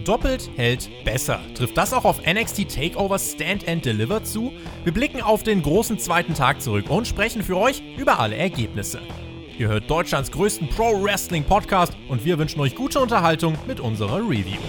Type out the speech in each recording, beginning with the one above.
Doppelt hält besser. Trifft das auch auf NXT TakeOver Stand and Deliver zu? Wir blicken auf den großen zweiten Tag zurück und sprechen für euch über alle Ergebnisse. Ihr hört Deutschlands größten Pro-Wrestling-Podcast und wir wünschen euch gute Unterhaltung mit unserer Review.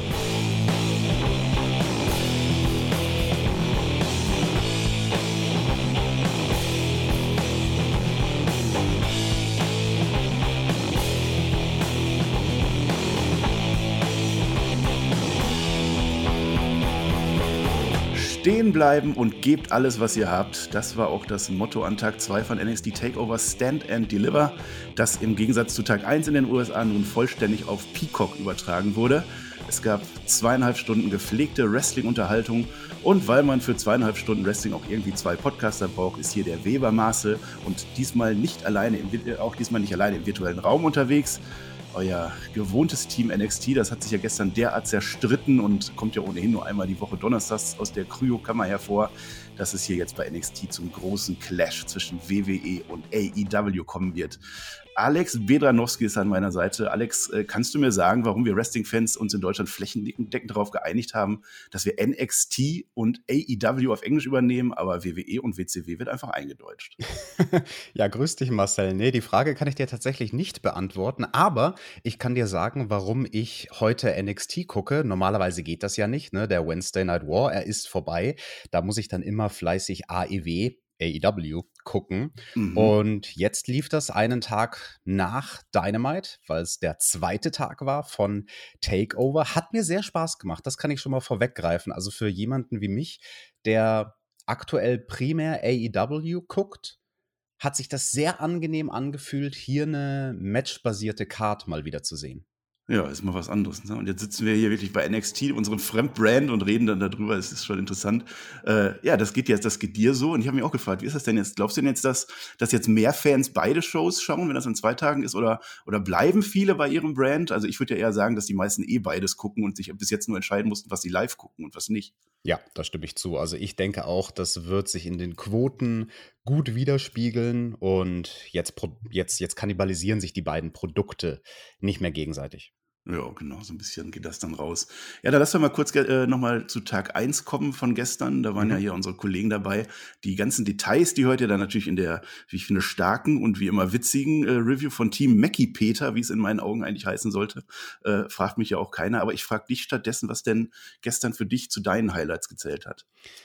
Stehen bleiben und gebt alles, was ihr habt. Das war auch das Motto an Tag 2 von NXT TakeOver Stand and Deliver, das im Gegensatz zu Tag 1 in den USA nun vollständig auf Peacock übertragen wurde. Es gab 2,5 Stunden gepflegte Wrestling-Unterhaltung und weil man für 2,5 Stunden Wrestling auch irgendwie 2 Podcaster braucht, ist hier der Weber Marcel und diesmal nicht alleine im virtuellen Raum unterwegs. Euer gewohntes Team NXT, das hat sich ja gestern derart zerstritten und kommt ja ohnehin nur einmal die Woche donnerstags aus der Kryokammer hervor, dass es hier jetzt bei NXT zum großen Clash zwischen WWE und AEW kommen wird. Alex Bedranowski ist an meiner Seite. Alex, kannst du mir sagen, warum wir Wrestling-Fans uns in Deutschland flächendeckend darauf geeinigt haben, dass wir NXT und AEW auf Englisch übernehmen, aber WWE und WCW wird einfach eingedeutscht? Ja, grüß dich, Marcel. Nee, die Frage kann ich dir tatsächlich nicht beantworten, aber ich kann dir sagen, warum ich heute NXT gucke. Normalerweise geht das ja nicht, ne? Der Wednesday Night War, er ist vorbei. Da muss ich dann immer fleißig AEW gucken. Und jetzt lief das einen Tag nach Dynamite, weil es der zweite Tag war von TakeOver. Hat mir sehr Spaß gemacht, das kann ich schon mal vorweggreifen. Also für jemanden wie mich, der aktuell primär AEW guckt, hat sich das sehr angenehm angefühlt, hier eine matchbasierte Card mal wieder zu sehen. Ja, ist mal was anderes. Ne? Und jetzt sitzen wir hier wirklich bei NXT, unserem Fremdbrand, und reden dann darüber. Es ist schon interessant. Das geht dir so. Und ich habe mich auch gefragt, wie ist das denn jetzt? Glaubst du denn jetzt, dass jetzt mehr Fans beide Shows schauen, wenn das in 2 Tagen ist? Oder bleiben viele bei ihrem Brand? Also ich würde ja eher sagen, dass die meisten beides gucken und sich bis jetzt nur entscheiden mussten, was sie live gucken und was nicht. Ja, da stimme ich zu. Also ich denke auch, das wird sich in den Quoten gut widerspiegeln. Und jetzt kannibalisieren sich die beiden Produkte nicht mehr gegenseitig. Ja, genau, so ein bisschen geht das dann raus. Ja, dann lass doch mal kurz nochmal zu Tag 1 kommen von gestern. Da waren ja hier unsere Kollegen dabei. Die ganzen Details, die hört ihr dann natürlich in der, wie ich finde, starken und wie immer witzigen Review von Team Mackie Peter, wie es in meinen Augen eigentlich heißen sollte. Fragt mich ja auch keiner, aber ich frage dich stattdessen, was denn gestern für dich zu deinen Highlights gezählt hat.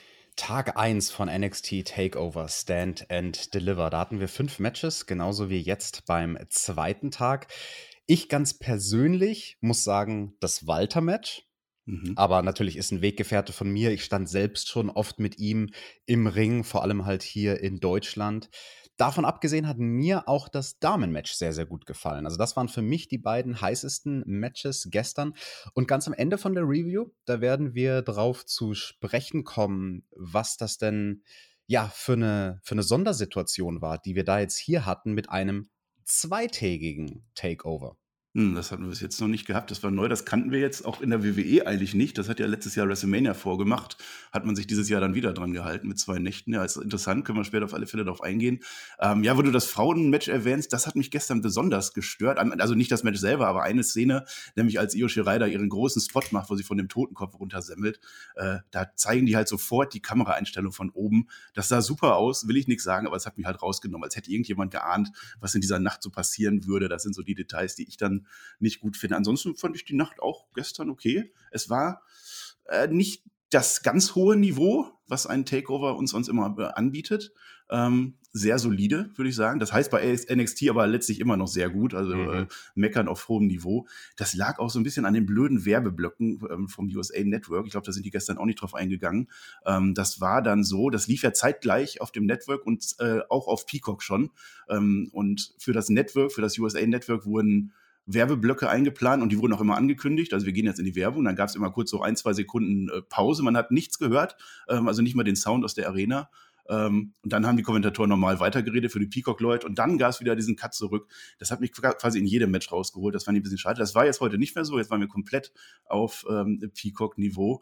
Tag 1 von NXT TakeOver Stand and Deliver. Da hatten wir 5 Matches, genauso wie jetzt beim zweiten Tag. Ich ganz persönlich muss sagen, das Walter-Match, aber natürlich ist ein Weggefährte von mir. Ich stand selbst schon oft mit ihm im Ring, vor allem halt hier in Deutschland. Davon abgesehen hat mir auch das Damen-Match sehr, sehr gut gefallen. Also das waren für mich die beiden heißesten Matches gestern. Und ganz am Ende von der Review, da werden wir drauf zu sprechen kommen, was das denn ja für eine Sondersituation war, die wir da jetzt hier hatten mit einem zweitägigen Takeover. Das hatten wir bis jetzt noch nicht gehabt. Das war neu. Das kannten wir jetzt auch in der WWE eigentlich nicht. Das hat ja letztes Jahr WrestleMania vorgemacht. Hat man sich dieses Jahr dann wieder dran gehalten mit 2 Nächten. Ja, ist interessant. Können wir später auf alle Fälle darauf eingehen. Wo du das Frauenmatch erwähnst, das hat mich gestern besonders gestört. Also nicht das Match selber, aber eine Szene, nämlich als Io Shirai da ihren großen Spot macht, wo sie von dem Totenkopf runtersemmelt. Da zeigen die halt sofort die Kameraeinstellung von oben. Das sah super aus, will ich nichts sagen, aber es hat mich halt rausgenommen, als hätte irgendjemand geahnt, was in dieser Nacht so passieren würde. Das sind so die Details, die ich dann nicht gut finde. Ansonsten fand ich die Nacht auch gestern okay. Es war nicht das ganz hohe Niveau, was ein Takeover uns immer anbietet. Sehr solide, würde ich sagen. Das heißt bei NXT aber letztlich immer noch sehr gut. Also meckern auf hohem Niveau. Das lag auch so ein bisschen an den blöden Werbeblöcken vom USA Network. Ich glaube, da sind die gestern auch nicht drauf eingegangen. Das war dann so, das lief ja zeitgleich auf dem Network und auch auf Peacock schon. Und für das USA Network wurden Werbeblöcke eingeplant und die wurden auch immer angekündigt. Also wir gehen jetzt in die Werbung, dann gab es immer kurz so 1-2 Sekunden Pause. Man hat nichts gehört, also nicht mal den Sound aus der Arena. Und dann haben die Kommentatoren normal weitergeredet für die Peacock-Leute und dann gab es wieder diesen Cut zurück. Das hat mich quasi in jedem Match rausgeholt. Das fand ich ein bisschen schade. Das war jetzt heute nicht mehr so. Jetzt waren wir komplett auf Peacock-Niveau.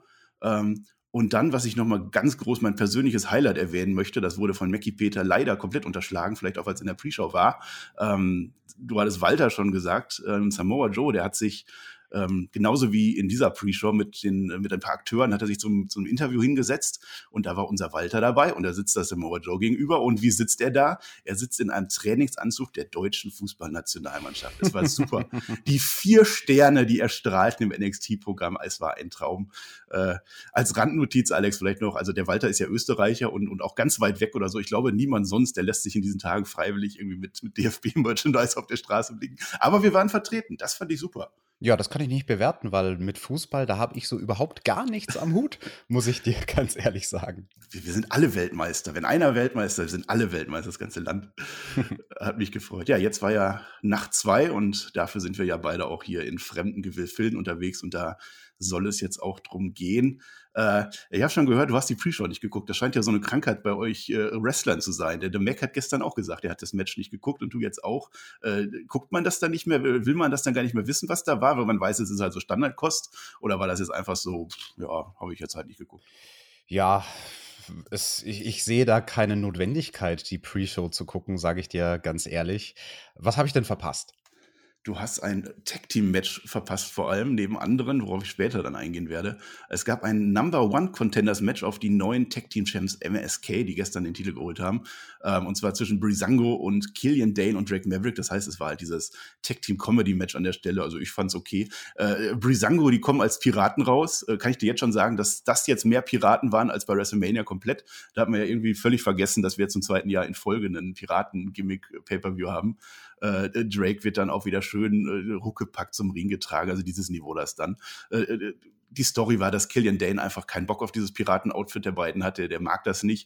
Und dann, was ich nochmal ganz groß mein persönliches Highlight erwähnen möchte, das wurde von Mackie Peter leider komplett unterschlagen, vielleicht auch, als in der Pre-Show war. Du hattest Walter schon gesagt, Samoa Joe, der hat sich Genauso wie in dieser Pre-Show mit ein paar Akteuren hat er sich zum Interview hingesetzt und da war unser Walter dabei und da sitzt das Samoa Joe gegenüber und wie sitzt er da? Er sitzt in einem Trainingsanzug der deutschen Fußballnationalmannschaft. Es war super. Die 4 Sterne, die erstrahlten im NXT-Programm, es war ein Traum. Als Randnotiz, Alex, vielleicht noch, also der Walter ist ja Österreicher und auch ganz weit weg oder so. Ich glaube, niemand sonst, der lässt sich in diesen Tagen freiwillig irgendwie mit DFB-Merchandise auf der Straße blicken. Aber wir waren vertreten. Das fand ich super. Ja, das kann ich nicht bewerten, weil mit Fußball, da habe ich so überhaupt gar nichts am Hut, muss ich dir ganz ehrlich sagen. Wir sind alle Weltmeister. Wenn einer Weltmeister ist, sind alle Weltmeister, das ganze Land. Hat mich gefreut. Ja, jetzt war ja Nacht 2 und dafür sind wir ja beide auch hier in fremden Gefilden unterwegs und da soll es jetzt auch drum gehen. Ich habe schon gehört, du hast die Pre-Show nicht geguckt. Das scheint ja so eine Krankheit bei euch Wrestlern zu sein. Der Mac hat gestern auch gesagt, er hat das Match nicht geguckt und du jetzt auch. Guckt man das dann nicht mehr? Will man das dann gar nicht mehr wissen, was da war? Weil man weiß, es ist halt so Standardkost. Oder war das jetzt einfach so, ja, habe ich jetzt halt nicht geguckt? Ja, ich sehe da keine Notwendigkeit, die Pre-Show zu gucken, sage ich dir ganz ehrlich. Was habe ich denn verpasst? Du hast ein Tag-Team-Match verpasst, vor allem neben anderen, worauf ich später dann eingehen werde. Es gab ein Number-One-Contenders-Match auf die neuen Tag-Team-Champs MSK, die gestern den Titel geholt haben. Und zwar zwischen Breezango und Killian Dane und Drake Maverick. Das heißt, es war halt dieses Tag-Team-Comedy-Match an der Stelle. Also ich fand's okay. Breezango, die kommen als Piraten raus. Kann ich dir jetzt schon sagen, dass das jetzt mehr Piraten waren als bei WrestleMania komplett. Da hat man ja irgendwie völlig vergessen, dass wir jetzt zum 2. Jahr in Folge einen Piraten-Gimmick-Pay-Per-View haben. Drake wird dann auch wieder schön huckepack zum Ring getragen, also dieses Niveau das dann. Die Story war, dass Killian Dane einfach keinen Bock auf dieses Piraten-Outfit der beiden hatte, der mag das nicht.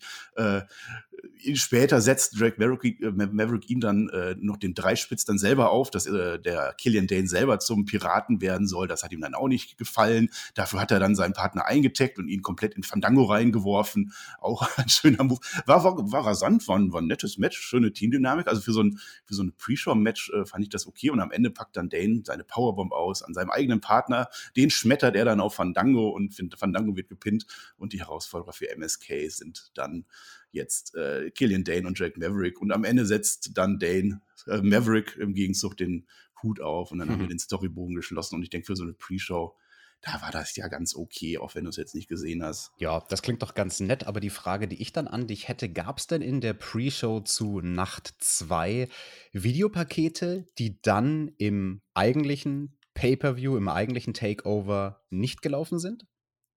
Später setzt Drake Maverick ihm dann noch den Dreispitz dann selber auf, dass der Killian Dane selber zum Piraten werden soll. Das hat ihm dann auch nicht gefallen. Dafür hat er dann seinen Partner eingetaggt und ihn komplett in Fandango reingeworfen. Auch ein schöner Move. War rasant, war ein nettes Match, schöne Teamdynamik. Also für so ein Pre-Show-Match fand ich das okay. Und am Ende packt dann Dane seine Powerbomb aus an seinem eigenen Partner. Den schmettert er dann auf Fandango und Fandango wird gepinnt. Und die Herausforderer für MSK sind dann jetzt Killian Dane und Drake Maverick. Und am Ende setzt dann Dane Maverick im Gegenzug den Hut auf. Und dann haben wir den Storybogen geschlossen. Und ich denke, für so eine Pre-Show, da war das ja ganz okay, auch wenn du es jetzt nicht gesehen hast. Ja, das klingt doch ganz nett, aber die Frage, die ich dann an dich hätte, gab es denn in der Pre-Show zu Nacht 2 Videopakete, die dann im eigentlichen Pay-Per-View, im eigentlichen Takeover nicht gelaufen sind?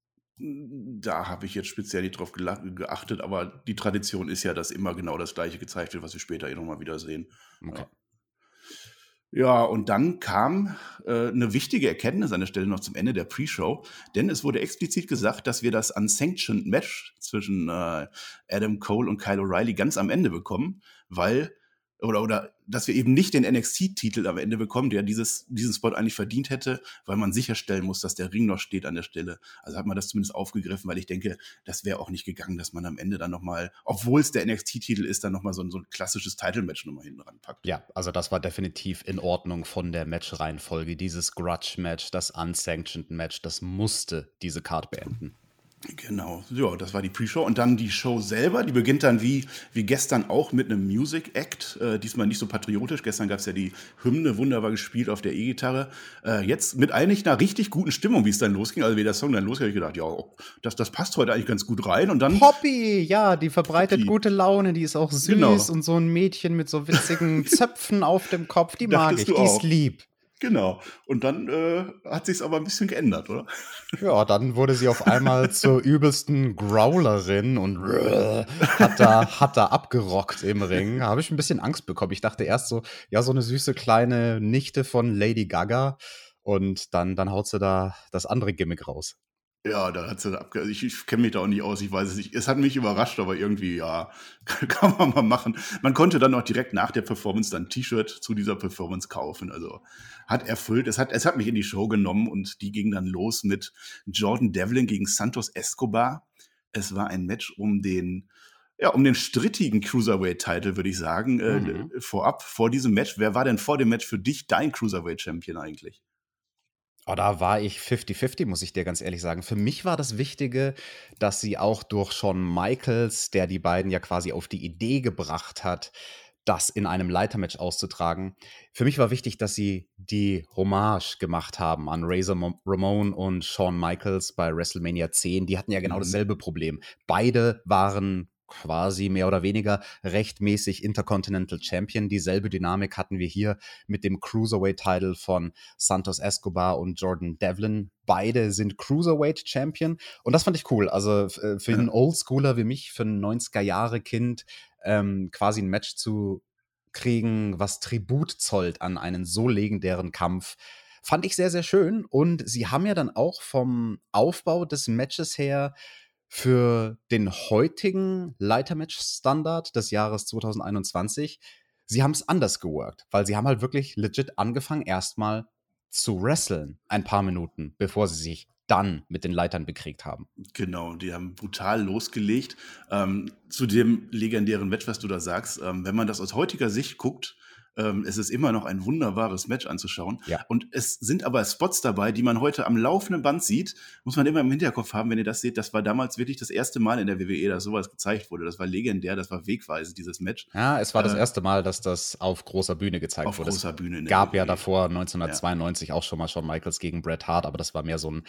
Da habe ich jetzt speziell nicht drauf geachtet, aber die Tradition ist ja, dass immer genau das Gleiche gezeigt wird, was wir später nochmal wieder sehen. Okay. Ja, und dann kam eine wichtige Erkenntnis an der Stelle noch zum Ende der Pre-Show, denn es wurde explizit gesagt, dass wir das Unsanctioned Match zwischen Adam Cole und Kyle O'Reilly ganz am Ende bekommen, weil oder dass wir eben nicht den NXT-Titel am Ende bekommen, der diesen Spot eigentlich verdient hätte, weil man sicherstellen muss, dass der Ring noch steht an der Stelle. Also hat man das zumindest aufgegriffen, weil ich denke, das wäre auch nicht gegangen, dass man am Ende dann nochmal, obwohl es der NXT-Titel ist, dann nochmal so ein klassisches Title-Match nochmal hinten ranpackt. Ja, also das war definitiv in Ordnung von der Match-Reihenfolge. Dieses Grudge-Match, das Unsanctioned Match, das musste diese Card beenden. Genau, ja, das war die Pre-Show. Und dann die Show selber, die beginnt dann wie gestern auch mit einem Music Act. Diesmal nicht so patriotisch. Gestern gab es ja die Hymne, wunderbar gespielt auf der E-Gitarre. Jetzt mit eigentlich einer richtig guten Stimmung, wie es dann losging. Also wie der Song dann losging, habe ich gedacht, ja, das passt heute eigentlich ganz gut rein. Und dann Poppy, ja, die verbreitet gute Laune, die ist auch süß Genau. Und so ein Mädchen mit so witzigen Zöpfen auf dem Kopf, die mag Dachtest ich, du die ist auch? lieb. Genau. Und dann hat sich's aber ein bisschen geändert, oder? Ja, dann wurde sie auf einmal zur übelsten Growlerin und hat da abgerockt im Ring. Da habe ich ein bisschen Angst bekommen. Ich dachte erst so, ja, so eine süße kleine Nichte von Lady Gaga. Und dann haut sie da das andere Gimmick raus. Ja, da hat sie ich kenne mich da auch nicht aus, ich weiß es nicht. Es hat mich überrascht, aber irgendwie, ja, kann man mal machen. Man konnte dann auch direkt nach der Performance dann ein T-Shirt zu dieser Performance kaufen. Also hat erfüllt. Es hat mich in die Show genommen und die ging dann los mit Jordan Devlin gegen Santos Escobar. Es war ein Match um den strittigen Cruiserweight-Title, würde ich sagen. Vor diesem Match. Wer war denn vor dem Match für dich dein Cruiserweight-Champion eigentlich? Oh, da war ich 50-50, muss ich dir ganz ehrlich sagen. Für mich war das Wichtige, dass sie auch durch Shawn Michaels, der die beiden ja quasi auf die Idee gebracht hat, das in einem Leitermatch auszutragen. Für mich war wichtig, dass sie die Hommage gemacht haben an Ramon und Shawn Michaels bei WrestleMania 10. Die hatten ja genau Mhm. dasselbe Problem. Beide waren quasi mehr oder weniger rechtmäßig Intercontinental Champion. Dieselbe Dynamik hatten wir hier mit dem Cruiserweight-Title von Santos Escobar und Jordan Devlin. Beide sind Cruiserweight Champion und das fand ich cool. Also für einen Ja. Oldschooler wie mich, für ein 90er-Jahre-Kind, quasi ein Match zu kriegen, was Tribut zollt an einen so legendären Kampf, fand ich sehr, sehr schön. Und sie haben ja dann auch vom Aufbau des Matches her für den heutigen Leitermatch-Standard des Jahres 2021, sie haben es anders geworkt, weil sie haben halt wirklich legit angefangen, erstmal zu wresteln, ein paar Minuten, bevor sie sich dann mit den Leitern bekriegt haben. Genau, die haben brutal losgelegt. Zu dem legendären Match, was du da sagst, wenn man das aus heutiger Sicht guckt, es ist immer noch ein wunderbares Match anzuschauen. Ja. Und es sind aber Spots dabei, die man heute am laufenden Band sieht. Muss man immer im Hinterkopf haben, wenn ihr das seht. Das war damals wirklich das erste Mal in der WWE, dass sowas gezeigt wurde. Das war legendär, das war wegweisend, dieses Match. Ja, es war das erste Mal, dass das auf großer Bühne gezeigt Auf wurde. großer Bühne in Es der gab ja WWE. davor 1992 auch schon mal Shawn Michaels gegen Bret Hart, aber das war mehr so ein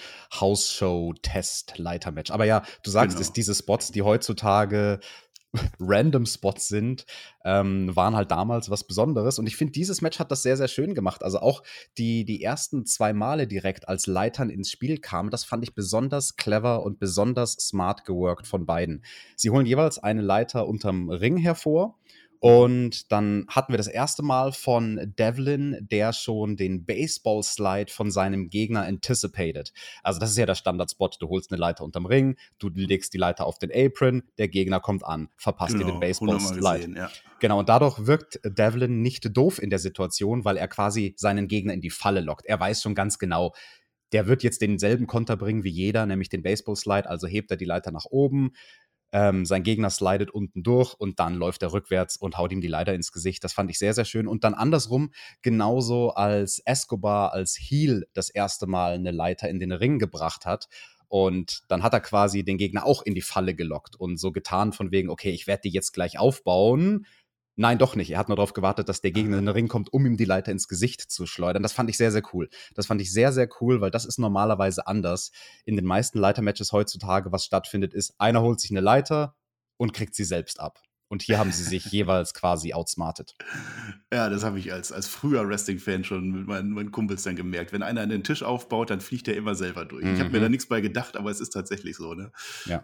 House-Show-Test-Leiter-Match. Aber ja, du sagst Genau. es, diese Spots, die heutzutage random Spots sind, waren halt damals was Besonderes. Und ich finde, dieses Match hat das sehr, sehr schön gemacht. Also auch die ersten 2 Male direkt als Leitern ins Spiel kamen, das fand ich besonders clever und besonders smart geworkt von beiden. Sie holen jeweils eine Leiter unterm Ring hervor. Und dann hatten wir das erste Mal von Devlin, der schon den Baseball-Slide von seinem Gegner anticipated. Also das ist ja der Standardspot. Du holst eine Leiter unterm Ring, du legst die Leiter auf den Apron, der Gegner kommt an, verpasst dir den Genau, 100 Mal Baseball-Slide. gesehen, ja. Genau, und dadurch wirkt Devlin nicht doof in der Situation, weil er quasi seinen Gegner in die Falle lockt. Er weiß schon ganz genau, der wird jetzt denselben Konter bringen wie jeder, nämlich den Baseball-Slide, also hebt er die Leiter nach oben, sein Gegner slidet unten durch und dann läuft er rückwärts und haut ihm die Leiter ins Gesicht. Das fand ich sehr, sehr schön. Und dann andersrum, genauso als Escobar als Heel das erste Mal eine Leiter in den Ring gebracht hat. Und dann hat er quasi den Gegner auch in die Falle gelockt und so getan von wegen, okay, ich werde die jetzt gleich aufbauen. Nein, doch nicht. Er hat nur darauf gewartet, dass der Gegner in den Ring kommt, um ihm die Leiter ins Gesicht zu schleudern. Das fand ich sehr, sehr cool. Das fand ich sehr, sehr cool, weil das ist normalerweise anders. In den meisten Leitermatches heutzutage, was stattfindet, ist, einer holt sich eine Leiter und kriegt sie selbst ab. Und hier haben sie sich jeweils quasi outsmartet. Ja, das habe ich als früher Wrestling-Fan schon mit meinen Kumpels dann gemerkt. Wenn einer einen Tisch aufbaut, dann fliegt er immer selber durch. Ich habe mir da nichts bei gedacht, aber es ist tatsächlich so, ne? Ja.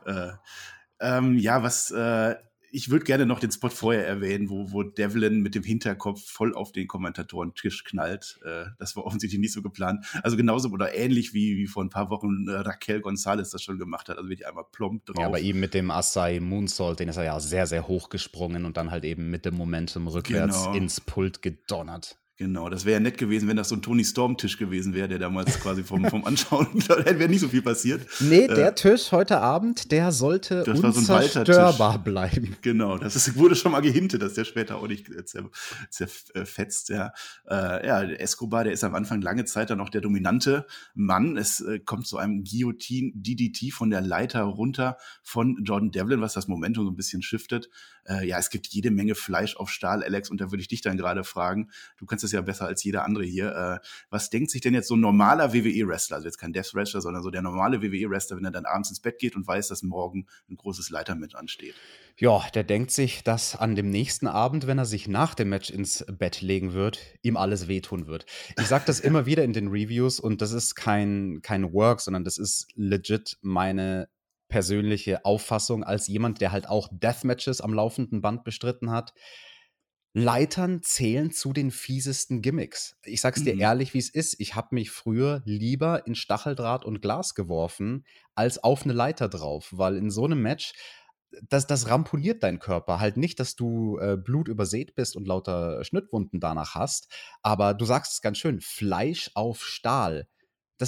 Ich würde gerne noch den Spot vorher erwähnen, wo Devlin mit dem Hinterkopf voll auf den Kommentatorentisch knallt. Das war offensichtlich nicht so geplant. Also genauso oder ähnlich wie vor ein paar Wochen Raquel Gonzalez das schon gemacht hat. Also wirklich einmal plomb drauf. Ja, bei ihm mit dem Asai Moonsault, den ist er ja sehr, sehr hoch gesprungen und dann halt eben mit dem Momentum rückwärts ins Pult gedonnert. Genau, das wäre ja nett gewesen, wenn das so ein Tony Storm-Tisch gewesen wäre, der damals quasi vom Anschauen, da wäre nicht so viel passiert. Nee, der Tisch heute Abend, der sollte Das war so ein unzerstörbar bleiben. Genau, wurde schon mal gehintet, dass der später auch nicht zerfetzt. Ja. Der Escobar, der ist am Anfang lange Zeit dann auch der dominante Mann. Es kommt zu einem Guillotine-DDT von der Leiter runter von Jordan Devlin, was das Momentum so ein bisschen shiftet. Es gibt jede Menge Fleisch auf Stahl, Alex, und da würde ich dich dann gerade fragen, du kannst es ja besser als jeder andere hier. Was denkt sich denn jetzt so ein normaler WWE-Wrestler, also jetzt kein Death-Wrestler, sondern so der normale WWE-Wrestler, wenn er dann abends ins Bett geht und weiß, dass morgen ein großes Leitermatch ansteht? Ja, der denkt sich, dass an dem nächsten Abend, wenn er sich nach dem Match ins Bett legen wird, ihm alles wehtun wird. Ich sage das immer wieder in den Reviews und das ist kein Work, sondern das ist legit meine persönliche Auffassung als jemand, der halt auch Deathmatches am laufenden Band bestritten hat. Leitern zählen zu den fiesesten Gimmicks. Ich sag's dir ehrlich, wie es ist. Ich habe mich früher lieber in Stacheldraht und Glas geworfen, als auf eine Leiter drauf, weil in so einem Match, das rampoliert deinen Körper. Halt nicht, dass du blutübersät bist und lauter Schnittwunden danach hast, aber du sagst es ganz schön, Fleisch auf Stahl. Das sind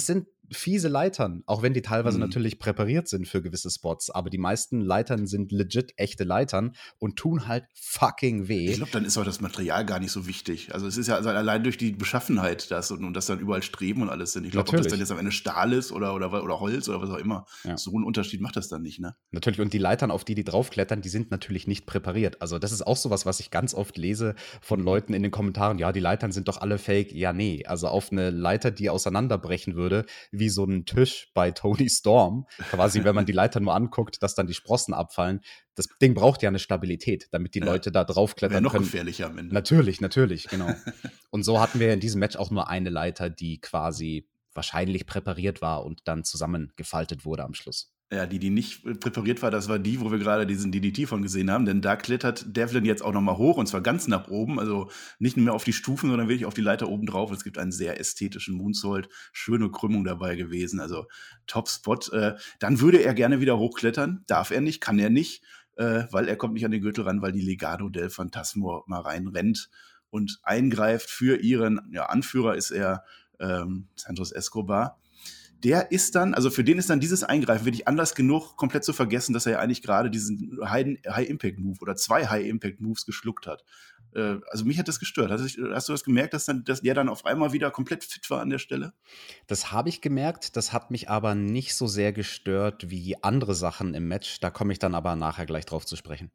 fiese Leitern, auch wenn die teilweise Mhm. natürlich präpariert sind für gewisse Spots, aber die meisten Leitern sind legit echte Leitern und tun halt fucking Ich weh. glaube, dann ist auch das Material gar nicht so wichtig. Also es ist ja also allein durch die Beschaffenheit das und dass dann überall Streben und alles sind. Ich glaube, ob das dann Natürlich. jetzt am Ende Stahl ist oder Holz oder was auch immer, Ja. so einen Unterschied macht das dann nicht, ne? Natürlich, und die Leitern, auf die draufklettern, die sind natürlich nicht präpariert. Also, das ist auch so was ich ganz oft lese von Mhm. Leuten in den Kommentaren: „Ja, die Leitern sind doch alle fake.“ Ja, ne, also auf eine Leiter, die auseinanderbrechen würde, wie so ein Tisch bei Tony Storm, quasi, wenn man die Leiter nur anguckt, dass dann die Sprossen abfallen. Das Ding braucht ja eine Stabilität, damit die Ja, Leute da wäre draufklettern noch können. gefährlicher am Ende. Natürlich, genau. Und so hatten wir in diesem Match auch nur eine Leiter, die quasi wahrscheinlich präpariert war und dann zusammengefaltet wurde am Schluss. Ja, die nicht präpariert war, das war die, wo wir gerade diesen DDT von gesehen haben, denn da klettert Devlin jetzt auch noch mal hoch und zwar ganz nach oben, also nicht mehr auf die Stufen, sondern wirklich auf die Leiter oben drauf. Es gibt einen sehr ästhetischen Moonsault, schöne Krümmung dabei gewesen, also Top-Spot. Dann würde er gerne wieder hochklettern, darf er nicht, kann er nicht, weil er kommt nicht an den Gürtel ran, weil die Legado del Phantasmo mal reinrennt und eingreift. Für ihren Anführer ist er Santos Escobar. Der ist dann, also für den ist dann dieses Eingreifen wirklich anders genug, komplett zu vergessen, dass er ja eigentlich gerade diesen High-Impact-Move oder 2 High-Impact-Moves geschluckt hat. Also mich hat das gestört. Hast du das gemerkt, dass der dann auf einmal wieder komplett fit war an der Stelle? Das habe ich gemerkt, das hat mich aber nicht so sehr gestört wie andere Sachen im Match. Da komme ich dann aber nachher gleich drauf zu sprechen.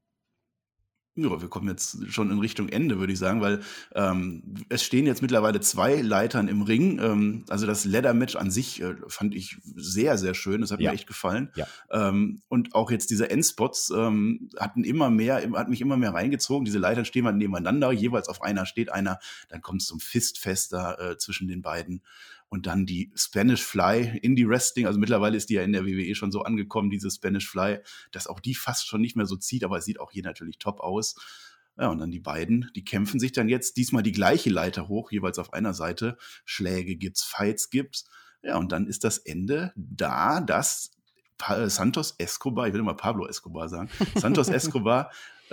Ja, wir kommen jetzt schon in Richtung Ende, würde ich sagen, weil es stehen jetzt mittlerweile 2 Leitern im Ring. Also das Ladder-Match an sich fand ich sehr, sehr schön. Das hat Ja. mir echt gefallen. Ja. Und auch jetzt diese Endspots hat mich immer mehr reingezogen. Diese Leitern stehen halt nebeneinander, jeweils auf einer steht einer. Dann kommt es zum Fistfest da zwischen den beiden. Und dann die Spanish Fly Indie Wrestling. Also mittlerweile ist die ja in der WWE schon so angekommen, diese Spanish Fly, dass auch die fast schon nicht mehr so zieht, aber es sieht auch hier natürlich top aus. Ja, und dann die beiden, die kämpfen sich dann jetzt diesmal die gleiche Leiter hoch, jeweils auf einer Seite. Schläge gibt's, Fights gibt's. Ja, und dann ist das Ende da, dass Santos Escobar, ich will immer Pablo Escobar sagen, Santos Escobar,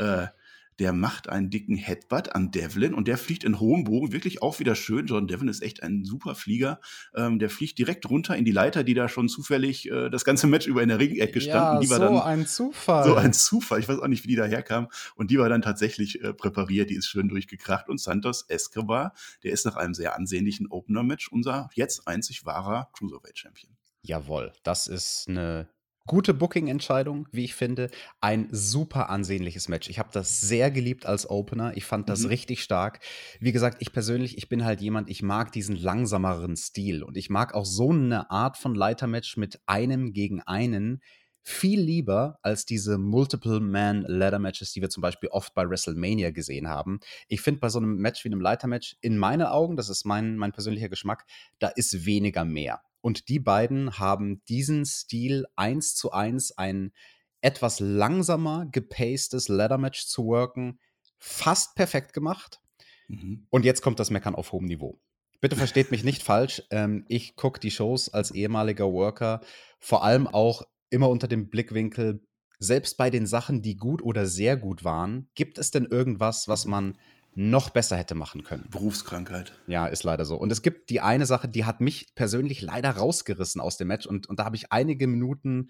der macht einen dicken Headbutt an Devlin und der fliegt in hohem Bogen, wirklich auch wieder schön. Jordan Devlin ist echt ein super Flieger. Der fliegt direkt runter in die Leiter, die da schon zufällig das ganze Match über in der Ringecke stand. Und die war dann ein Zufall. so ein Zufall. Ich weiß auch nicht, wie die da herkam. Und die war dann tatsächlich präpariert. Die ist schön durchgekracht. Und Santos Escobar, der ist nach einem sehr ansehnlichen Opener-Match unser jetzt einzig wahrer Cruiserweight-Champion. Jawohl, das ist eine gute Booking-Entscheidung, wie ich finde. Ein super ansehnliches Match. Ich habe das sehr geliebt als Opener. Ich fand das richtig stark. Wie gesagt, ich persönlich, ich bin halt jemand, ich mag diesen langsameren Stil. Und ich mag auch so eine Art von Leitermatch mit einem gegen einen viel lieber als diese Multiple-Man-Ladder-Matches, die wir zum Beispiel oft bei WrestleMania gesehen haben. Ich finde, bei so einem Match wie einem Leitermatch, in meinen Augen, das ist mein persönlicher Geschmack, da ist weniger mehr. Und die beiden haben diesen Stil 1:1, ein etwas langsamer gepacedes Ladder-Match zu worken, fast perfekt gemacht. Mhm. Und jetzt kommt das Meckern auf hohem Niveau. Bitte versteht mich nicht falsch. Ich gucke die Shows als ehemaliger Worker vor allem auch immer unter dem Blickwinkel, selbst bei den Sachen, die gut oder sehr gut waren, gibt es denn irgendwas, was man noch besser hätte machen können? Berufskrankheit. Ja, ist leider so. Und es gibt die eine Sache, die hat mich persönlich leider rausgerissen aus dem Match. Und da habe ich einige Minuten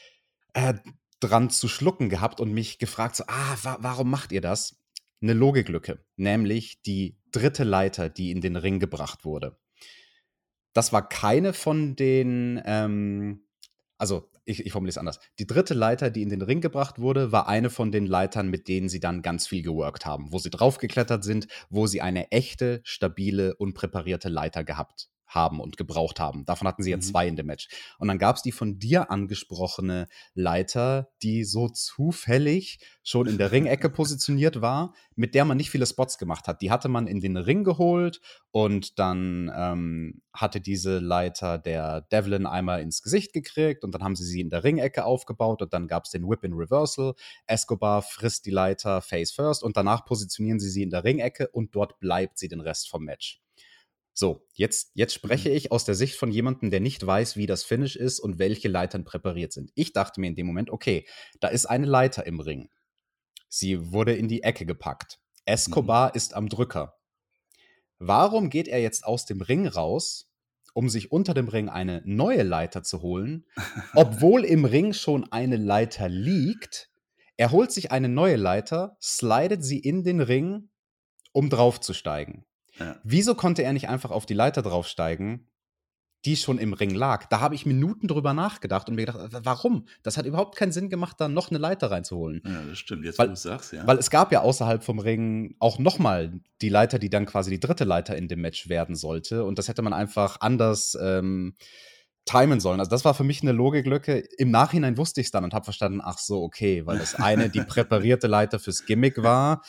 dran zu schlucken gehabt und mich gefragt, so, warum macht ihr das? Eine Logiklücke, nämlich die dritte Leiter, die in den Ring gebracht wurde. Das war keine von den, also ich formuliere es anders. Die dritte Leiter, die in den Ring gebracht wurde, war eine von den Leitern, mit denen sie dann ganz viel geworkt haben, wo sie draufgeklettert sind, wo sie eine echte, stabile und präparierte Leiter gehabt haben und gebraucht haben. Davon hatten sie ja 2 in dem Match. Und dann gab es die von dir angesprochene Leiter, die so zufällig schon in der Ringecke positioniert war, mit der man nicht viele Spots gemacht hat. Die hatte man in den Ring geholt und dann hatte diese Leiter der Devlin einmal ins Gesicht gekriegt und dann haben sie in der Ringecke aufgebaut und dann gab es den Whip in Reversal. Escobar frisst die Leiter face first und danach positionieren sie in der Ringecke und dort bleibt sie den Rest vom Match. So, jetzt spreche ich aus der Sicht von jemandem, der nicht weiß, wie das Finish ist und welche Leitern präpariert sind. Ich dachte mir in dem Moment, okay, da ist eine Leiter im Ring. Sie wurde in die Ecke gepackt. Escobar ist am Drücker. Warum geht er jetzt aus dem Ring raus, um sich unter dem Ring eine neue Leiter zu holen, obwohl im Ring schon eine Leiter liegt. Er holt sich eine neue Leiter, slidet sie in den Ring, um draufzusteigen. Ja. Wieso konnte er nicht einfach auf die Leiter draufsteigen, die schon im Ring lag? Da habe ich Minuten drüber nachgedacht und mir gedacht, warum? Das hat überhaupt keinen Sinn gemacht, da noch eine Leiter reinzuholen. Ja, das stimmt, jetzt wo du es sagst, ja. Weil es gab ja außerhalb vom Ring auch nochmal die Leiter, die dann quasi die dritte Leiter in dem Match werden sollte. Und das hätte man einfach anders timen sollen. Also das war für mich eine Logiklücke. Im Nachhinein wusste ich es dann und habe verstanden, ach so, okay, weil das eine die präparierte Leiter fürs Gimmick war.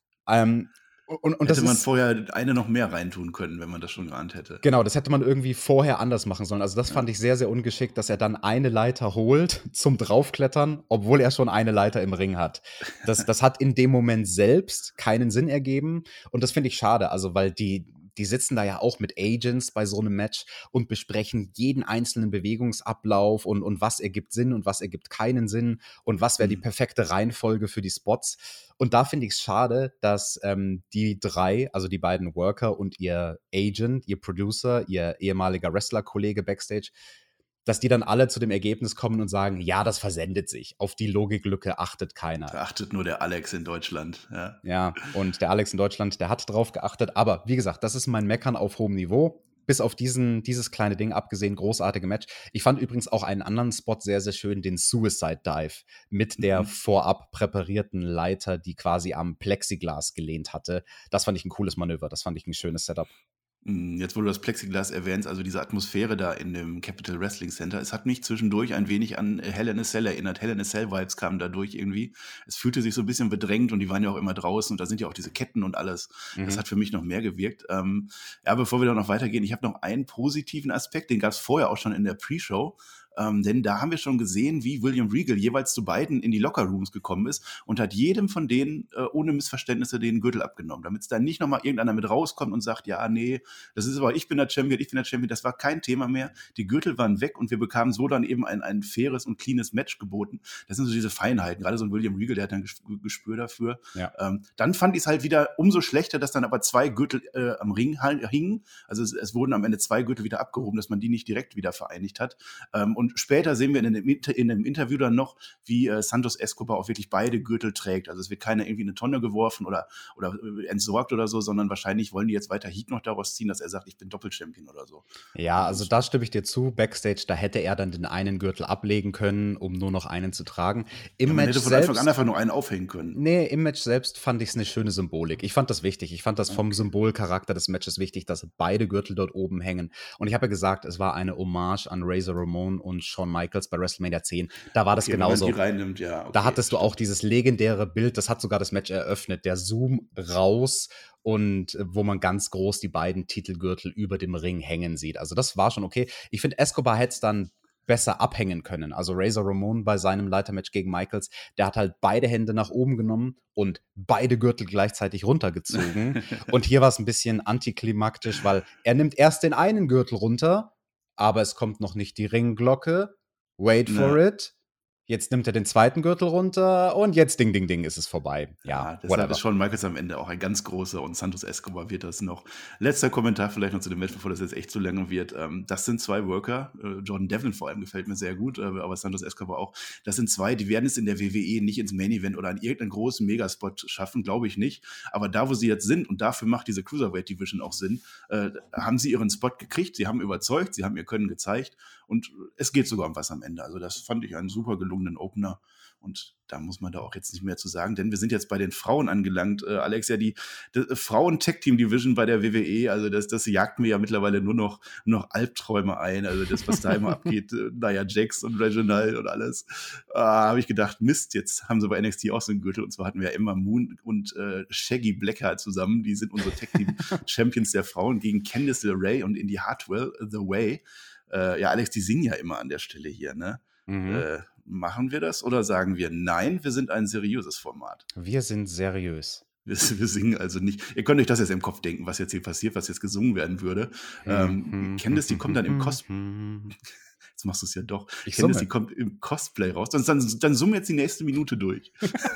Und hätte man vorher eine noch mehr reintun können, wenn man das schon geahnt hätte. Genau, das hätte man irgendwie vorher anders machen sollen. Also das fand ich sehr, sehr ungeschickt, dass er dann eine Leiter holt zum Draufklettern, obwohl er schon eine Leiter im Ring hat. Das hat in dem Moment selbst keinen Sinn ergeben und das finde ich schade, also weil die sitzen da ja auch mit Agents bei so einem Match und besprechen jeden einzelnen Bewegungsablauf und was ergibt Sinn und was ergibt keinen Sinn und was wäre die perfekte Reihenfolge für die Spots. Und da finde ich es schade, dass die drei, also die beiden Worker und ihr Agent, ihr Producer, ihr ehemaliger Wrestler-Kollege Backstage, dass die dann alle zu dem Ergebnis kommen und sagen, ja, das versendet sich. Auf die Logiklücke achtet keiner. Da achtet nur der Alex in Deutschland. Ja, und der Alex in Deutschland, der hat drauf geachtet. Aber wie gesagt, das ist mein Meckern auf hohem Niveau. Bis auf dieses kleine Ding abgesehen, großartige Match. Ich fand übrigens auch einen anderen Spot sehr, sehr schön, den Suicide Dive mit der vorab präparierten Leiter, die quasi am Plexiglas gelehnt hatte. Das fand ich ein cooles Manöver, das fand ich ein schönes Setup. Jetzt, wo du das Plexiglas erwähnst, also diese Atmosphäre da in dem Capital Wrestling Center, es hat mich zwischendurch ein wenig an Hell in a Cell erinnert. Hell in a Cell Vibes kamen dadurch irgendwie. Es fühlte sich so ein bisschen bedrängt und die waren ja auch immer draußen und da sind ja auch diese Ketten und alles. Das hat für mich noch mehr gewirkt. Ja, bevor wir da noch weitergehen, ich habe noch einen positiven Aspekt, den gab es vorher auch schon in der Pre-Show. Denn da haben wir schon gesehen, wie William Regal jeweils zu beiden in die Lockerrooms gekommen ist und hat jedem von denen ohne Missverständnisse den Gürtel abgenommen, damit es da nicht nochmal irgendeiner mit rauskommt und sagt, ja, nee, das ist aber, ich bin der Champion, das war kein Thema mehr. Die Gürtel waren weg und wir bekamen so dann eben ein faires und cleanes Match geboten. Das sind so diese Feinheiten, gerade so ein William Regal, der hat ein Gespür dafür. Ja. Dann fand ich es halt wieder umso schlechter, dass dann aber 2 Gürtel am Ring hingen. Also es wurden am Ende 2 Gürtel wieder abgehoben, dass man die nicht direkt wieder vereinigt hat. Und später sehen wir in einem Interview dann noch, wie Santos Escobar auch wirklich beide Gürtel trägt. Also es wird keiner irgendwie in eine Tonne geworfen oder entsorgt oder so, sondern wahrscheinlich wollen die jetzt weiter Heat noch daraus ziehen, dass er sagt, ich bin Doppelchampion oder so. Ja, also da stimme ich dir zu. Backstage, da hätte er dann den einen Gürtel ablegen können, um nur noch einen zu tragen. Man hätte von Anfang an einfach nur einen aufhängen können. Nee, im Match selbst fand ich es eine schöne Symbolik. Ich fand das wichtig. Ich fand das vom Symbolcharakter des Matches wichtig, dass beide Gürtel dort oben hängen. Und ich habe ja gesagt, es war eine Hommage an Razor Ramon und Shawn Michaels bei WrestleMania 10. Da war das genauso. Wenn man die reinnimmt, ja, okay. Da hattest du auch dieses legendäre Bild, das hat sogar das Match eröffnet, der Zoom raus und wo man ganz groß die beiden Titelgürtel über dem Ring hängen sieht. Also das war schon okay. Ich finde, Escobar hätte es dann besser abhängen können. Also Razor Ramon bei seinem Leitermatch gegen Michaels, der hat halt beide Hände nach oben genommen und beide Gürtel gleichzeitig runtergezogen. Und hier war es ein bisschen antiklimaktisch, weil er nimmt erst den einen Gürtel runter, aber es kommt noch nicht die Ringglocke. Wait for it. Jetzt nimmt er den zweiten Gürtel runter und jetzt ding, ding, ding ist es vorbei. Ja, deshalb ist Shawn Michaels am Ende auch ein ganz großer und Santos Escobar wird das noch. Letzter Kommentar vielleicht noch zu dem Match, bevor das jetzt echt zu lange wird. Das sind 2 Worker. Jordan Devlin vor allem gefällt mir sehr gut, aber Santos Escobar auch. Das sind 2, die werden es in der WWE nicht ins Main Event oder an irgendeinen großen Megaspot schaffen, glaube ich nicht. Aber da, wo sie jetzt sind und dafür macht diese Cruiserweight Division auch Sinn, haben sie ihren Spot gekriegt, sie haben überzeugt, sie haben ihr Können gezeigt und es geht sogar um was am Ende. Also das fand ich einen super gelungenen Opener und da muss man da auch jetzt nicht mehr zu sagen, denn wir sind jetzt bei den Frauen angelangt. Alex, ja, die Frauen-Tech-Team-Division bei der WWE, also das jagt mir ja mittlerweile nur noch Albträume ein, also das, was da immer abgeht, Nia Jax und Reginald und alles, habe ich gedacht, Mist, jetzt haben sie bei NXT auch so einen Gürtel und zwar hatten wir Emma Moon und Shaggy Blackheart zusammen, die sind unsere Tech-Team-Champions der Frauen gegen Candice LeRae und Indy Hartwell, The Way. Ja, Alex, die singen ja immer an der Stelle hier, ne? Machen wir das oder sagen wir, nein, wir sind ein seriöses Format? Wir sind seriös. Wir singen also nicht. Ihr könnt euch das jetzt im Kopf denken, was jetzt hier passiert, was jetzt gesungen werden würde. Candice, die kommt dann im Kostüm. Jetzt machst du es ja doch. Ich Candice, die summe. kommt im Cosplay raus. Dann summ jetzt die nächste Minute durch.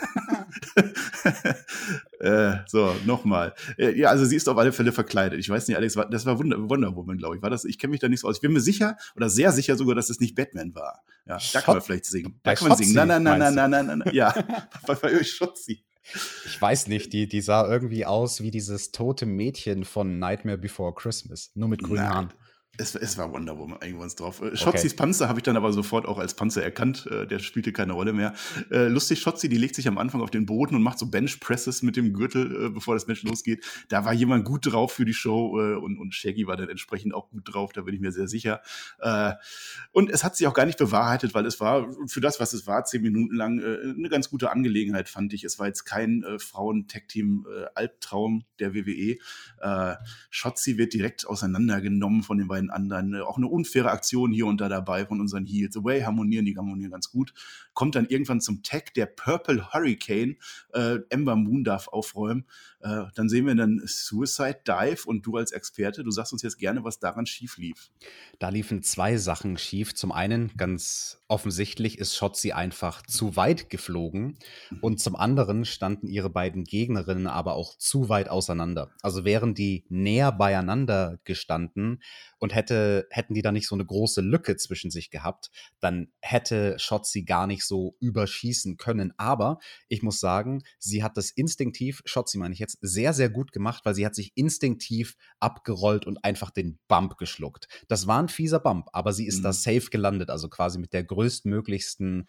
So, nochmal. Ja, also sie ist auf alle Fälle verkleidet. Ich weiß nicht, Alex, das war Wonder Woman, glaube ich. War das? Ich kenne mich da nicht so aus. Ich bin mir sicher oder sehr sicher sogar, dass es nicht Batman war. Ja, da kann man vielleicht singen. Da bei kann man Shotzi, singen. meinst du? Na. Ja, bei Shotzi. Ich weiß nicht, die sah irgendwie aus wie dieses tote Mädchen von Nightmare Before Christmas, nur mit grünen Haaren. Es war Wonder Woman, einigen wir uns drauf. Okay. Shotzis Panzer habe ich dann aber sofort auch als Panzer erkannt. Der spielte keine Rolle mehr. Lustig, Shotzi, die legt sich am Anfang auf den Boden und macht so Benchpresses mit dem Gürtel, bevor das Match losgeht. Da war jemand gut drauf für die Show und Shaggy war dann entsprechend auch gut drauf, da bin ich mir sehr sicher. Und es hat sich auch gar nicht bewahrheitet, weil es war, für das, was es war, 10 Minuten lang eine ganz gute Angelegenheit, fand ich. Es war jetzt kein Frauen-Tag-Team-Albtraum der WWE. Shotzi wird direkt auseinandergenommen von den beiden anderen. Auch eine unfaire Aktion hier und da dabei von unseren Heels. The Way harmonieren ganz gut. Kommt dann irgendwann zum Tag der Purple Hurricane. Ember Moon darf aufräumen. Dann sehen wir einen Suicide Dive und du als Experte, du sagst uns jetzt gerne, was daran schief lief. Da liefen 2 Sachen schief. Zum einen, ganz offensichtlich, ist Shotzi einfach zu weit geflogen und zum anderen standen ihre beiden Gegnerinnen aber auch zu weit auseinander. Also wären die näher beieinander gestanden und hätten die da nicht so eine große Lücke zwischen sich gehabt, dann hätte Shotzi gar nicht so überschießen können. Aber ich muss sagen, sie hat das instinktiv, Shotzi meine ich jetzt, sehr, sehr gut gemacht, weil sie hat sich instinktiv abgerollt und einfach den Bump geschluckt. Das war ein fieser Bump, aber sie ist da safe gelandet, also quasi mit der größtmöglichsten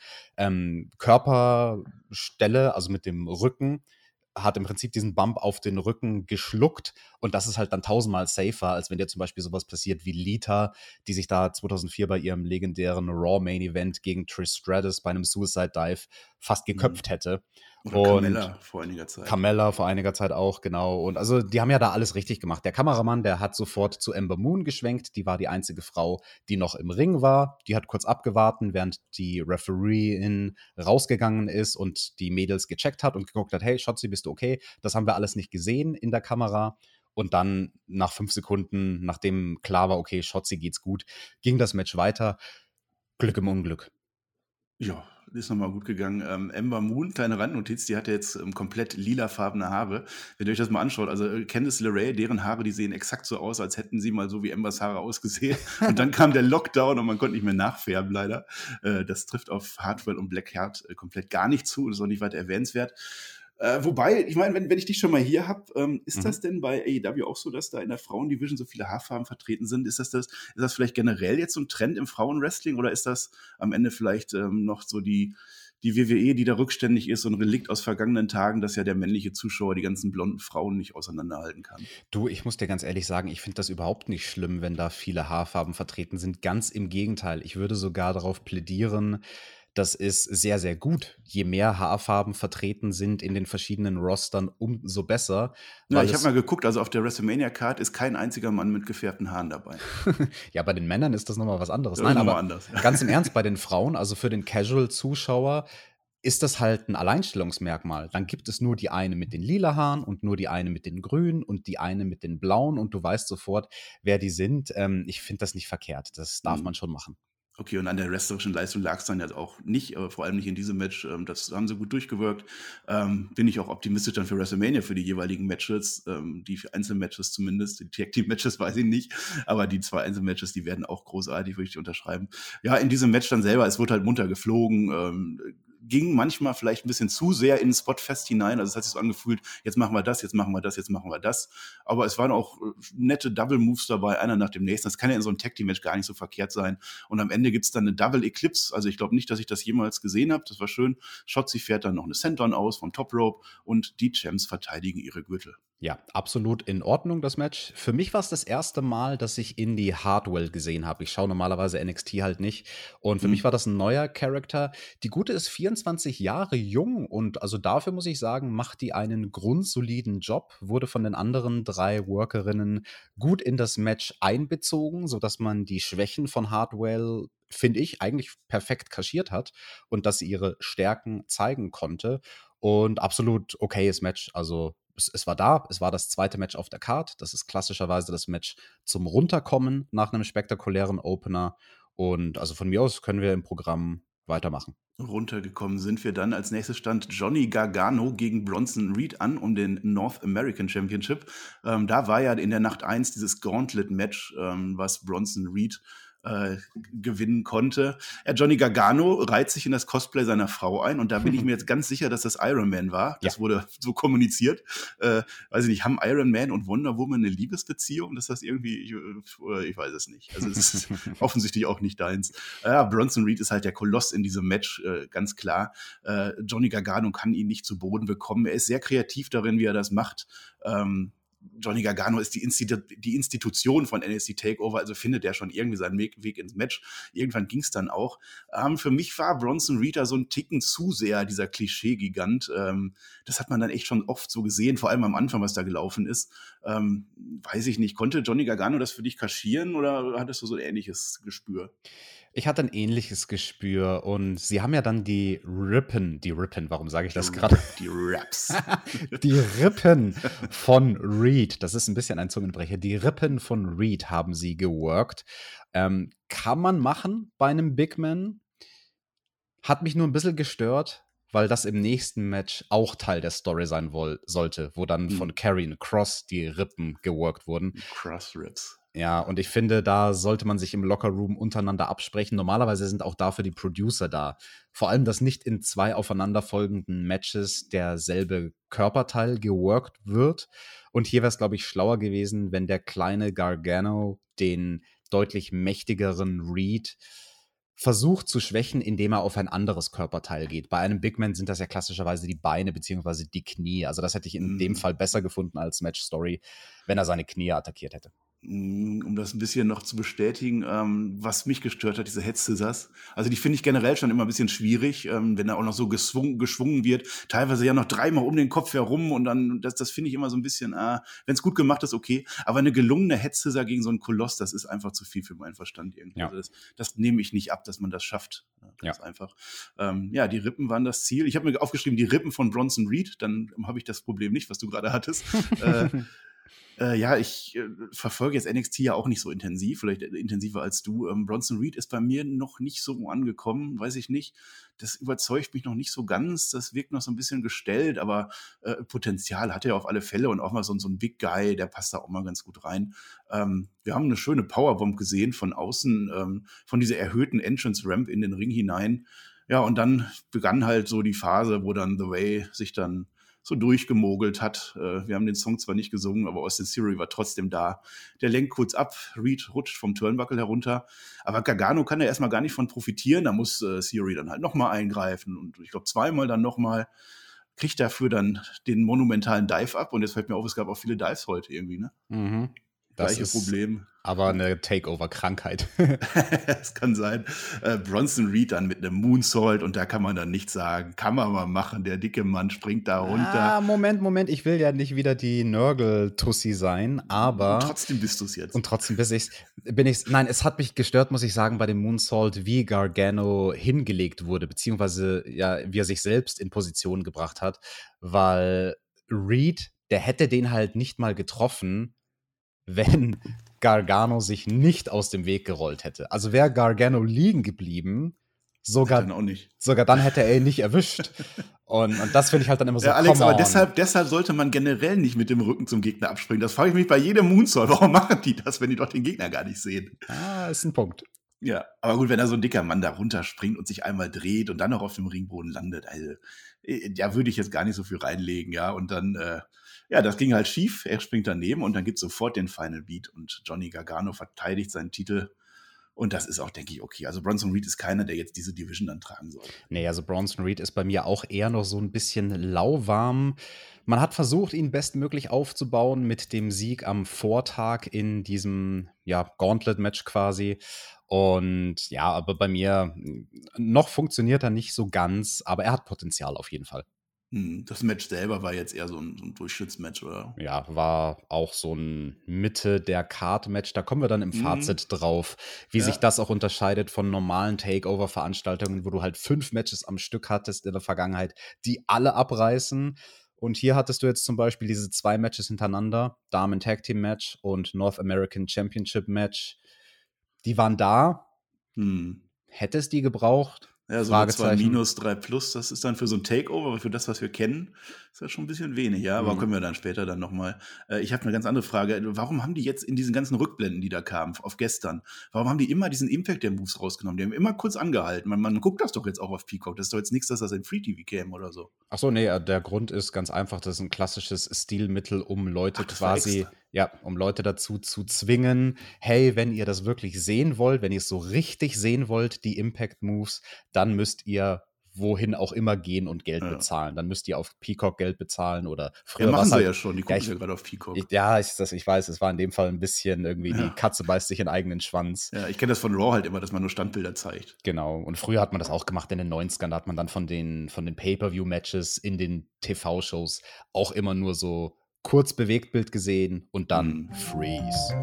Körperstelle, also mit dem Rücken, hat im Prinzip diesen Bump auf den Rücken geschluckt und das ist halt dann 1000-mal safer, als wenn dir zum Beispiel sowas passiert wie Lita, die sich da 2004 bei ihrem legendären Raw-Main-Event gegen Trish Stratus bei einem Suicide Dive fast geköpft hätte. Oder Carmella vor einiger Zeit. Carmella vor einiger Zeit auch, genau. Und also die haben ja da alles richtig gemacht. Der Kameramann, der hat sofort zu Ember Moon geschwenkt. Die war die einzige Frau, die noch im Ring war. Die hat kurz abgewartet, während die Refereein rausgegangen ist und die Mädels gecheckt hat und geguckt hat, hey, Shotzi, bist du okay? Das haben wir alles nicht gesehen in der Kamera. Und dann nach 5 Sekunden, nachdem klar war, okay, Shotzi geht's gut, ging das Match weiter. Glück im Unglück. Ja, ist nochmal gut gegangen. Ember Moon, kleine Randnotiz, die hat jetzt komplett lilafarbene Haare. Wenn ihr euch das mal anschaut, also Candice LeRae, deren Haare, die sehen exakt so aus, als hätten sie mal so wie Embers Haare ausgesehen. Und dann kam der Lockdown und man konnte nicht mehr nachfärben, leider. Das trifft auf Hartwell und Blackheart komplett gar nicht zu. Das ist auch nicht weiter erwähnenswert. Wobei, ich meine, wenn ich dich schon mal hier habe, ist das denn bei AEW auch so, dass da in der Frauendivision so viele Haarfarben vertreten sind? Ist das vielleicht generell jetzt so ein Trend im Frauenwrestling oder ist das am Ende vielleicht noch so die WWE, die da rückständig ist, so ein Relikt aus vergangenen Tagen, dass ja der männliche Zuschauer die ganzen blonden Frauen nicht auseinanderhalten kann? Du, ich muss dir ganz ehrlich sagen, ich finde das überhaupt nicht schlimm, wenn da viele Haarfarben vertreten sind. Ganz im Gegenteil. Ich würde sogar darauf plädieren, das ist sehr, sehr gut. Je mehr Haarfarben vertreten sind in den verschiedenen Rostern, umso besser. Ja, ich habe mal geguckt, also auf der WrestleMania-Card ist kein einziger Mann mit gefärbten Haaren dabei. Ja, bei den Männern ist das nochmal was anderes. Das Nein, ist noch mal aber anders. ganz im Ernst, bei den Frauen, also für den Casual-Zuschauer, ist das halt ein Alleinstellungsmerkmal. Dann gibt es nur die eine mit den lila Haaren und nur die eine mit den grünen und die eine mit den blauen und du weißt sofort, wer die sind. Ich finde das nicht verkehrt. Das darf man schon machen. Okay, und an der wrestlerischen Leistung lag es dann ja auch nicht, aber vor allem nicht in diesem Match. Das haben sie gut durchgewirkt. Bin ich auch optimistisch dann für WrestleMania, für die jeweiligen Matches, die Einzelmatches zumindest, die Tag-Team-Matches weiß ich nicht, aber die 2 Einzelmatches, die werden auch großartig, würde ich unterschreiben. Ja, in diesem Match dann selber, es wurde halt munter geflogen, ging manchmal vielleicht ein bisschen zu sehr in den Spotfest hinein, also es hat sich so angefühlt, jetzt machen wir das, jetzt machen wir das, jetzt machen wir das, aber es waren auch nette Double-Moves dabei, einer nach dem nächsten, das kann ja in so einem Tag-Team-Match gar nicht so verkehrt sein und am Ende gibt es dann eine Double Eclipse, also ich glaube nicht, dass ich das jemals gesehen habe, das war schön, Shotzi fährt dann noch eine Senton aus vom Top Rope und die Champs verteidigen ihre Gürtel. Ja, absolut in Ordnung, das Match. Für mich war es das erste Mal, dass ich Indy Hartwell gesehen habe. Ich schaue normalerweise NXT halt nicht. Und für mich war das ein neuer Charakter. Die Gute ist 24 Jahre jung und also dafür muss ich sagen, macht die einen grundsoliden Job, wurde von den anderen 3 Workerinnen gut in das Match einbezogen, sodass man die Schwächen von Hartwell, finde ich, eigentlich perfekt kaschiert hat und dass sie ihre Stärken zeigen konnte. Und absolut okayes Match. Also es war da, es war das 2. Match auf der Card. Das ist klassischerweise das Match zum Runterkommen nach einem spektakulären Opener. Und also von mir aus können wir im Programm weitermachen. Runtergekommen sind wir dann. Als nächstes stand Johnny Gargano gegen Bronson Reed an um den North American Championship. Da war ja in der Nacht 1 dieses Gauntlet-Match, was Bronson Reed gewinnen konnte. Johnny Gargano reiht sich in das Cosplay seiner Frau ein und da bin ich mir jetzt ganz sicher, dass das Iron Man war. Das wurde so kommuniziert. Weiß ich nicht, haben Iron Man und Wonder Woman eine Liebesbeziehung? Ist das irgendwie, ich weiß es nicht. Also es ist offensichtlich auch nicht deins. Bronson Reed ist halt der Koloss in diesem Match, ganz klar. Johnny Gargano kann ihn nicht zu Boden bekommen. Er ist sehr kreativ darin, wie er das macht. Johnny Gargano ist die Institution von NXT TakeOver, also findet er schon irgendwie seinen Weg ins Match. Irgendwann ging es dann auch. Für mich war Bronson Reed so ein Ticken zu sehr dieser Klischee-Gigant. Das hat man dann echt schon oft so gesehen, vor allem am Anfang, was da gelaufen ist. Weiß ich nicht, konnte Johnny Gargano das für dich kaschieren oder hattest du so ein ähnliches Gespür? Ich hatte ein ähnliches Gespür und sie haben ja dann die Rippen, warum sage ich das gerade? Die Raps. Die Rippen von Reed, das ist ein bisschen ein Zungenbrecher, die Rippen von Reed haben sie geworkt. Kann man machen bei einem Big Man. Hat mich nur ein bisschen gestört, weil das im nächsten Match auch Teil der Story sein sollte, wo dann von Karrion Kross die Rippen geworkt wurden. Cross-Rips. Ja, und ich finde, da sollte man sich im Lockerroom untereinander absprechen. Normalerweise sind auch dafür die Producer da. Vor allem, dass nicht in 2 aufeinanderfolgenden Matches derselbe Körperteil geworkt wird. Und hier wäre es, glaube ich, schlauer gewesen, wenn der kleine Gargano den deutlich mächtigeren Reed versucht zu schwächen, indem er auf ein anderes Körperteil geht. Bei einem Big Man sind das ja klassischerweise die Beine bzw. die Knie. Also das hätte ich in dem Fall besser gefunden als Match-Story, wenn er seine Knie attackiert hätte. Um das ein bisschen noch zu bestätigen, was mich gestört hat, diese Head Scissors. Also die finde ich generell schon immer ein bisschen schwierig, wenn er auch noch so geschwungen wird. Teilweise ja noch 3-mal um den Kopf herum und dann, das finde ich immer so ein bisschen, wenn es gut gemacht ist, okay. Aber eine gelungene Head Scissor gegen so einen Koloss, das ist einfach zu viel für meinen Verstand irgendwie. Ja. Also das nehme ich nicht ab, dass man das schafft. Ganz einfach. Die Rippen waren das Ziel. Ich habe mir aufgeschrieben, die Rippen von Bronson Reed, dann habe ich das Problem nicht, was du gerade hattest. Ich verfolge jetzt NXT ja auch nicht so intensiv, vielleicht intensiver als du. Bronson Reed ist bei mir noch nicht so angekommen, weiß ich nicht. Das überzeugt mich noch nicht so ganz. Das wirkt noch so ein bisschen gestellt, aber Potenzial hat er auf alle Fälle und auch mal so ein Big Guy, der passt da auch mal ganz gut rein. Wir haben eine schöne Powerbomb gesehen von außen, von dieser erhöhten Entrance Ramp in den Ring hinein. Ja, und dann begann halt so die Phase, wo dann The Way sich dann so durchgemogelt hat. Wir haben den Song zwar nicht gesungen, aber Austin Theory war trotzdem da. Der lenkt kurz ab, Reed rutscht vom Turnbuckle herunter, aber Gargano kann da erstmal gar nicht von profitieren, da muss Theory dann halt nochmal eingreifen und ich glaube 2-mal dann nochmal, kriegt dafür dann den monumentalen Dive ab und jetzt fällt mir auf, es gab auch viele Dives heute irgendwie, ne? Mhm. Das Gleiche ist Problem. aber eine Takeover-Krankheit. Das kann sein. Bronson Reed dann mit einem Moonsault und da kann man dann nichts sagen. Kann man mal machen, der dicke Mann springt da runter. Moment, ich will ja nicht wieder die Nörgel-Tussi sein, aber... Und trotzdem bist du es jetzt. Und trotzdem bin ich's. Nein, es hat mich gestört, muss ich sagen, bei dem Moonsault, wie Gargano hingelegt wurde, beziehungsweise ja, wie er sich selbst in Position gebracht hat, weil Reed, der hätte den halt nicht mal getroffen, wenn Gargano sich nicht aus dem Weg gerollt hätte. Also wäre Gargano liegen geblieben, sogar dann hätte er ihn nicht erwischt. Und das finde ich halt dann immer so, ja, Alex, aber deshalb sollte man generell nicht mit dem Rücken zum Gegner abspringen. Das frage ich mich bei jedem Moonsault. Warum machen die das, wenn die doch den Gegner gar nicht sehen? Ist ein Punkt. Ja, aber gut, wenn da so ein dicker Mann da runterspringt und sich einmal dreht und dann noch auf dem Ringboden landet, also, da würde ich jetzt gar nicht so viel reinlegen, ja. Und dann, das ging halt schief. Er springt daneben und dann gibt es sofort den Final Beat und Johnny Gargano verteidigt seinen Titel. Und das ist auch, denke ich, okay. Also Bronson Reed ist keiner, der jetzt diese Division dann tragen soll. Nee, also Bronson Reed ist bei mir auch eher noch so ein bisschen lauwarm. Man hat versucht, ihn bestmöglich aufzubauen mit dem Sieg am Vortag in diesem Gauntlet-Match quasi. Und ja, aber bei mir noch funktioniert er nicht so ganz, aber er hat Potenzial auf jeden Fall. Das Match selber war jetzt eher so ein Durchschnittsmatch, oder? Ja, war auch so ein Mitte der Card-Match. Da kommen wir dann im Fazit drauf, wie sich das auch unterscheidet von normalen Takeover-Veranstaltungen, wo du halt 5 Matches am Stück hattest in der Vergangenheit, die alle abreißen. Und hier hattest du jetzt zum Beispiel diese 2 Matches hintereinander, Damen-Tag-Team-Match und North American Championship-Match. Die waren da, Hm. Hätte es die gebraucht? Ja, so eine 2 Fragezeichen. minus 3 plus, das ist dann für so ein Takeover, aber für das, was wir kennen, ist das schon ein bisschen wenig, ja, aber Mhm. können wir dann später dann noch mal ich habe eine ganz andere Frage. Warum haben die jetzt in diesen ganzen Rückblenden, die da kamen auf gestern, warum haben die immer diesen Impact der Moves rausgenommen? Die haben immer kurz angehalten. Man guckt das doch jetzt auch auf Peacock. Das ist doch jetzt nichts, dass das in Free TV käme oder so. Ach so, ne, der Grund ist ganz einfach, das ist 'n klassisches Stilmittel, um Leute Ach, das war quasi extra. ja, um Leute dazu zu zwingen: „Hey, wenn ihr das wirklich sehen wollt, wenn ihr's so richtig sehen wollt, die Impact Moves, dann müsst ihr wohin auch immer gehen und Geld Ja. bezahlen. Dann müsst ihr auf Peacock Geld bezahlen“ oder Ja, früher machen war's sie halt ja schon. Die ja, gucken ja gerade auf Peacock. ich weiß, es war in dem Fall 'n bisschen irgendwie die Ja. Katze beißt sich in eigenen Schwanz. Ja, ich kenne das von Raw halt immer, dass man nur Standbilder zeigt. Genau. Und früher hat man das auch gemacht in den 90ern. Da hat man dann von den Pay-per-view-Matches in den TV-Shows auch immer nur so kurz Bewegtbild gesehen und dann Mhm. Freeze.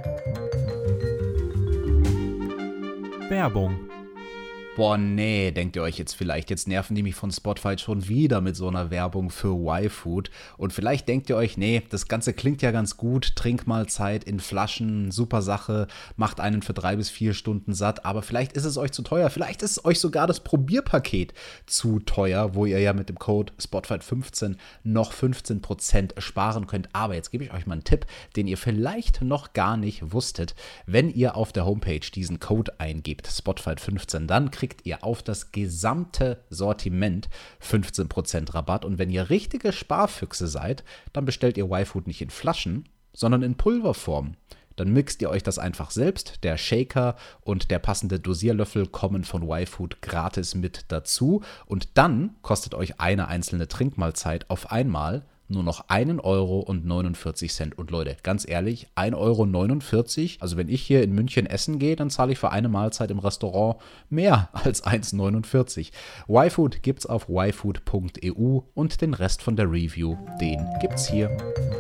Werbung. Boah, nee, denkt ihr euch jetzt vielleicht. Jetzt nerven die mich von Spotify schon wieder mit so einer Werbung für Y-Food. Und vielleicht denkt ihr euch, nee, das Ganze klingt ja ganz gut. Trinkmahlzeit in Flaschen, super Sache, macht einen für 3 bis 4 Stunden satt. Aber vielleicht ist es euch zu teuer. Vielleicht ist euch sogar das Probierpaket zu teuer, wo ihr ja mit dem Code Spotfight15 noch 15% sparen könnt. Aber jetzt gebe ich euch mal einen Tipp, den ihr vielleicht noch gar nicht wusstet. Wenn ihr auf der Homepage diesen Code eingebt, Spotfight15, dann kriegt ihr auf das gesamte Sortiment 15% Rabatt. Und wenn ihr richtige Sparfüchse seid, dann bestellt ihr Y-Food nicht in Flaschen, sondern in Pulverform. Dann mixt ihr euch das einfach selbst. Der Shaker und der passende Dosierlöffel kommen von Y-Food gratis mit dazu. Und dann kostet euch eine einzelne Trinkmahlzeit auf einmal nur noch 1,49 €. Und Leute, ganz ehrlich, 1,49 €, also wenn ich hier in München essen gehe, dann zahle ich für eine Mahlzeit im Restaurant mehr als 1,49 €. Y-Food gibt's auf yfood.eu und den Rest von der Review, den gibt's hier.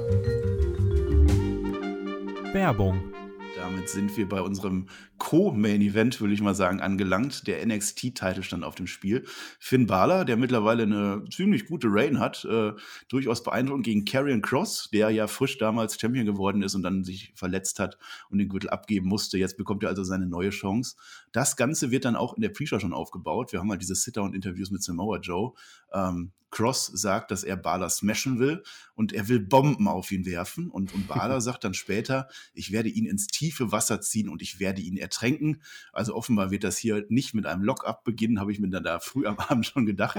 Werbung. Damit sind wir bei unserem Co-Main-Event, würde ich mal sagen, angelangt. Der NXT-Titel stand auf dem Spiel. Finn Balor, der mittlerweile eine ziemlich gute Reign hat, durchaus beeindruckend gegen Karrion Kross, der ja frisch damals Champion geworden ist und dann sich verletzt hat und den Gürtel abgeben musste. Jetzt bekommt er also seine neue Chance. Das Ganze wird dann auch in der Pre-Show schon aufgebaut. Wir haben halt diese Sit-Down-Interviews mit Samoa Joe. Cross sagt, dass er Balor smashen will und er will Bomben auf ihn werfen. Und Balor sagt dann später, ich werde ihn ins tiefe Wasser ziehen und ich werde ihn ertränken. Also offenbar wird das hier nicht mit einem Lock-up beginnen, habe ich mir dann da früh am Abend schon gedacht.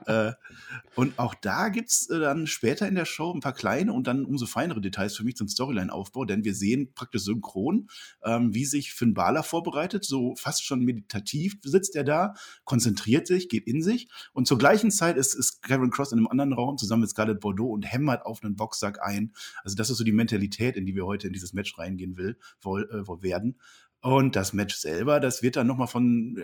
Und auch da gibt's dann später in der Show ein paar kleine und dann umso feinere Details für mich zum Storyline-Aufbau, denn wir sehen praktisch synchron, wie sich Finn Balor vorbereitet. So fast schon meditativ sitzt er da, konzentriert sich, geht in sich und zur gleichen Zeit ist Karrion Kross in einem anderen Raum zusammen mit Scarlett Bordeaux und hämmert auf einen Boxsack ein. Also das ist so die Mentalität, in die wir heute in dieses Match reingehen werden. Und das Match selber, das wird dann nochmal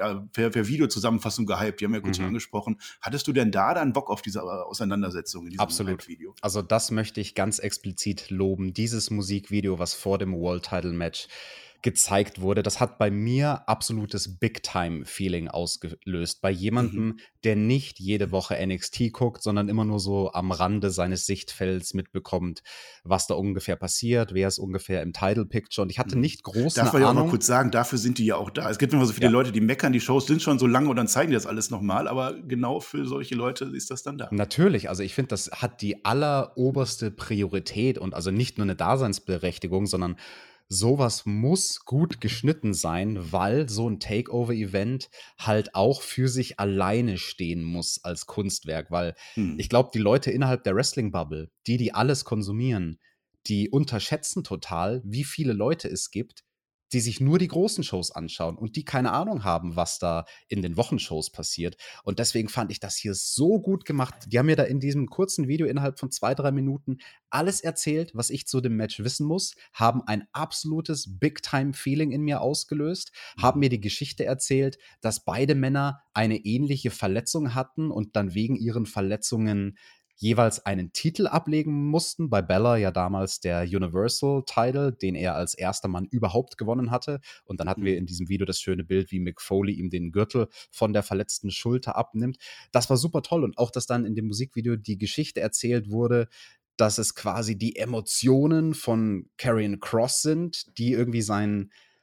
per Videozusammenfassung gehypt. Die haben ja kurz schon angesprochen. Hattest du denn da dann Bock auf diese Auseinandersetzung in diesem Absolut. Video? Also das möchte ich ganz explizit loben. Dieses Musikvideo, was vor dem World Title Match gezeigt wurde, das hat bei mir absolutes Big-Time-Feeling ausgelöst. Bei jemandem, der nicht jede Woche NXT guckt, sondern immer nur so am Rande seines Sichtfelds mitbekommt, was da ungefähr passiert, wer ist ungefähr im Title Picture. Und ich hatte nicht groß Darf eine man ja auch noch Ahnung. kurz sagen, dafür sind die ja auch da. Es gibt immer so viele Ja. Leute, die meckern, die Shows sind schon so lang und dann zeigen die das alles nochmal, aber genau für solche Leute ist das dann da. Natürlich, also ich finde, das hat die alleroberste Priorität und also nicht nur eine Daseinsberechtigung, sondern sowas muss gut geschnitten sein, weil so ein Takeover-Event halt auch für sich alleine stehen muss als Kunstwerk, weil ich glaube, die Leute innerhalb der Wrestling-Bubble, die alles konsumieren, die unterschätzen total, wie viele Leute es gibt, die sich nur die großen Shows anschauen und die keine Ahnung haben, was da in den Wochenshows passiert. Und deswegen fand ich das hier so gut gemacht. Die haben mir da in diesem kurzen Video innerhalb von 2, 3 Minuten alles erzählt, was ich zu dem Match wissen muss, haben ein absolutes Big-Time-Feeling in mir ausgelöst, haben mir die Geschichte erzählt, dass beide Männer eine ähnliche Verletzung hatten und dann wegen ihren Verletzungen jeweils einen Titel ablegen mussten. Bei Bella ja damals der Universal-Title, den er als erster Mann überhaupt gewonnen hatte. Und dann hatten wir in diesem Video das schöne Bild, wie Mick Foley ihm den Gürtel von der verletzten Schulter abnimmt. Das war super toll. Und auch, dass dann in dem Musikvideo die Geschichte erzählt wurde, dass es quasi die Emotionen von Karrion Kross sind, die irgendwie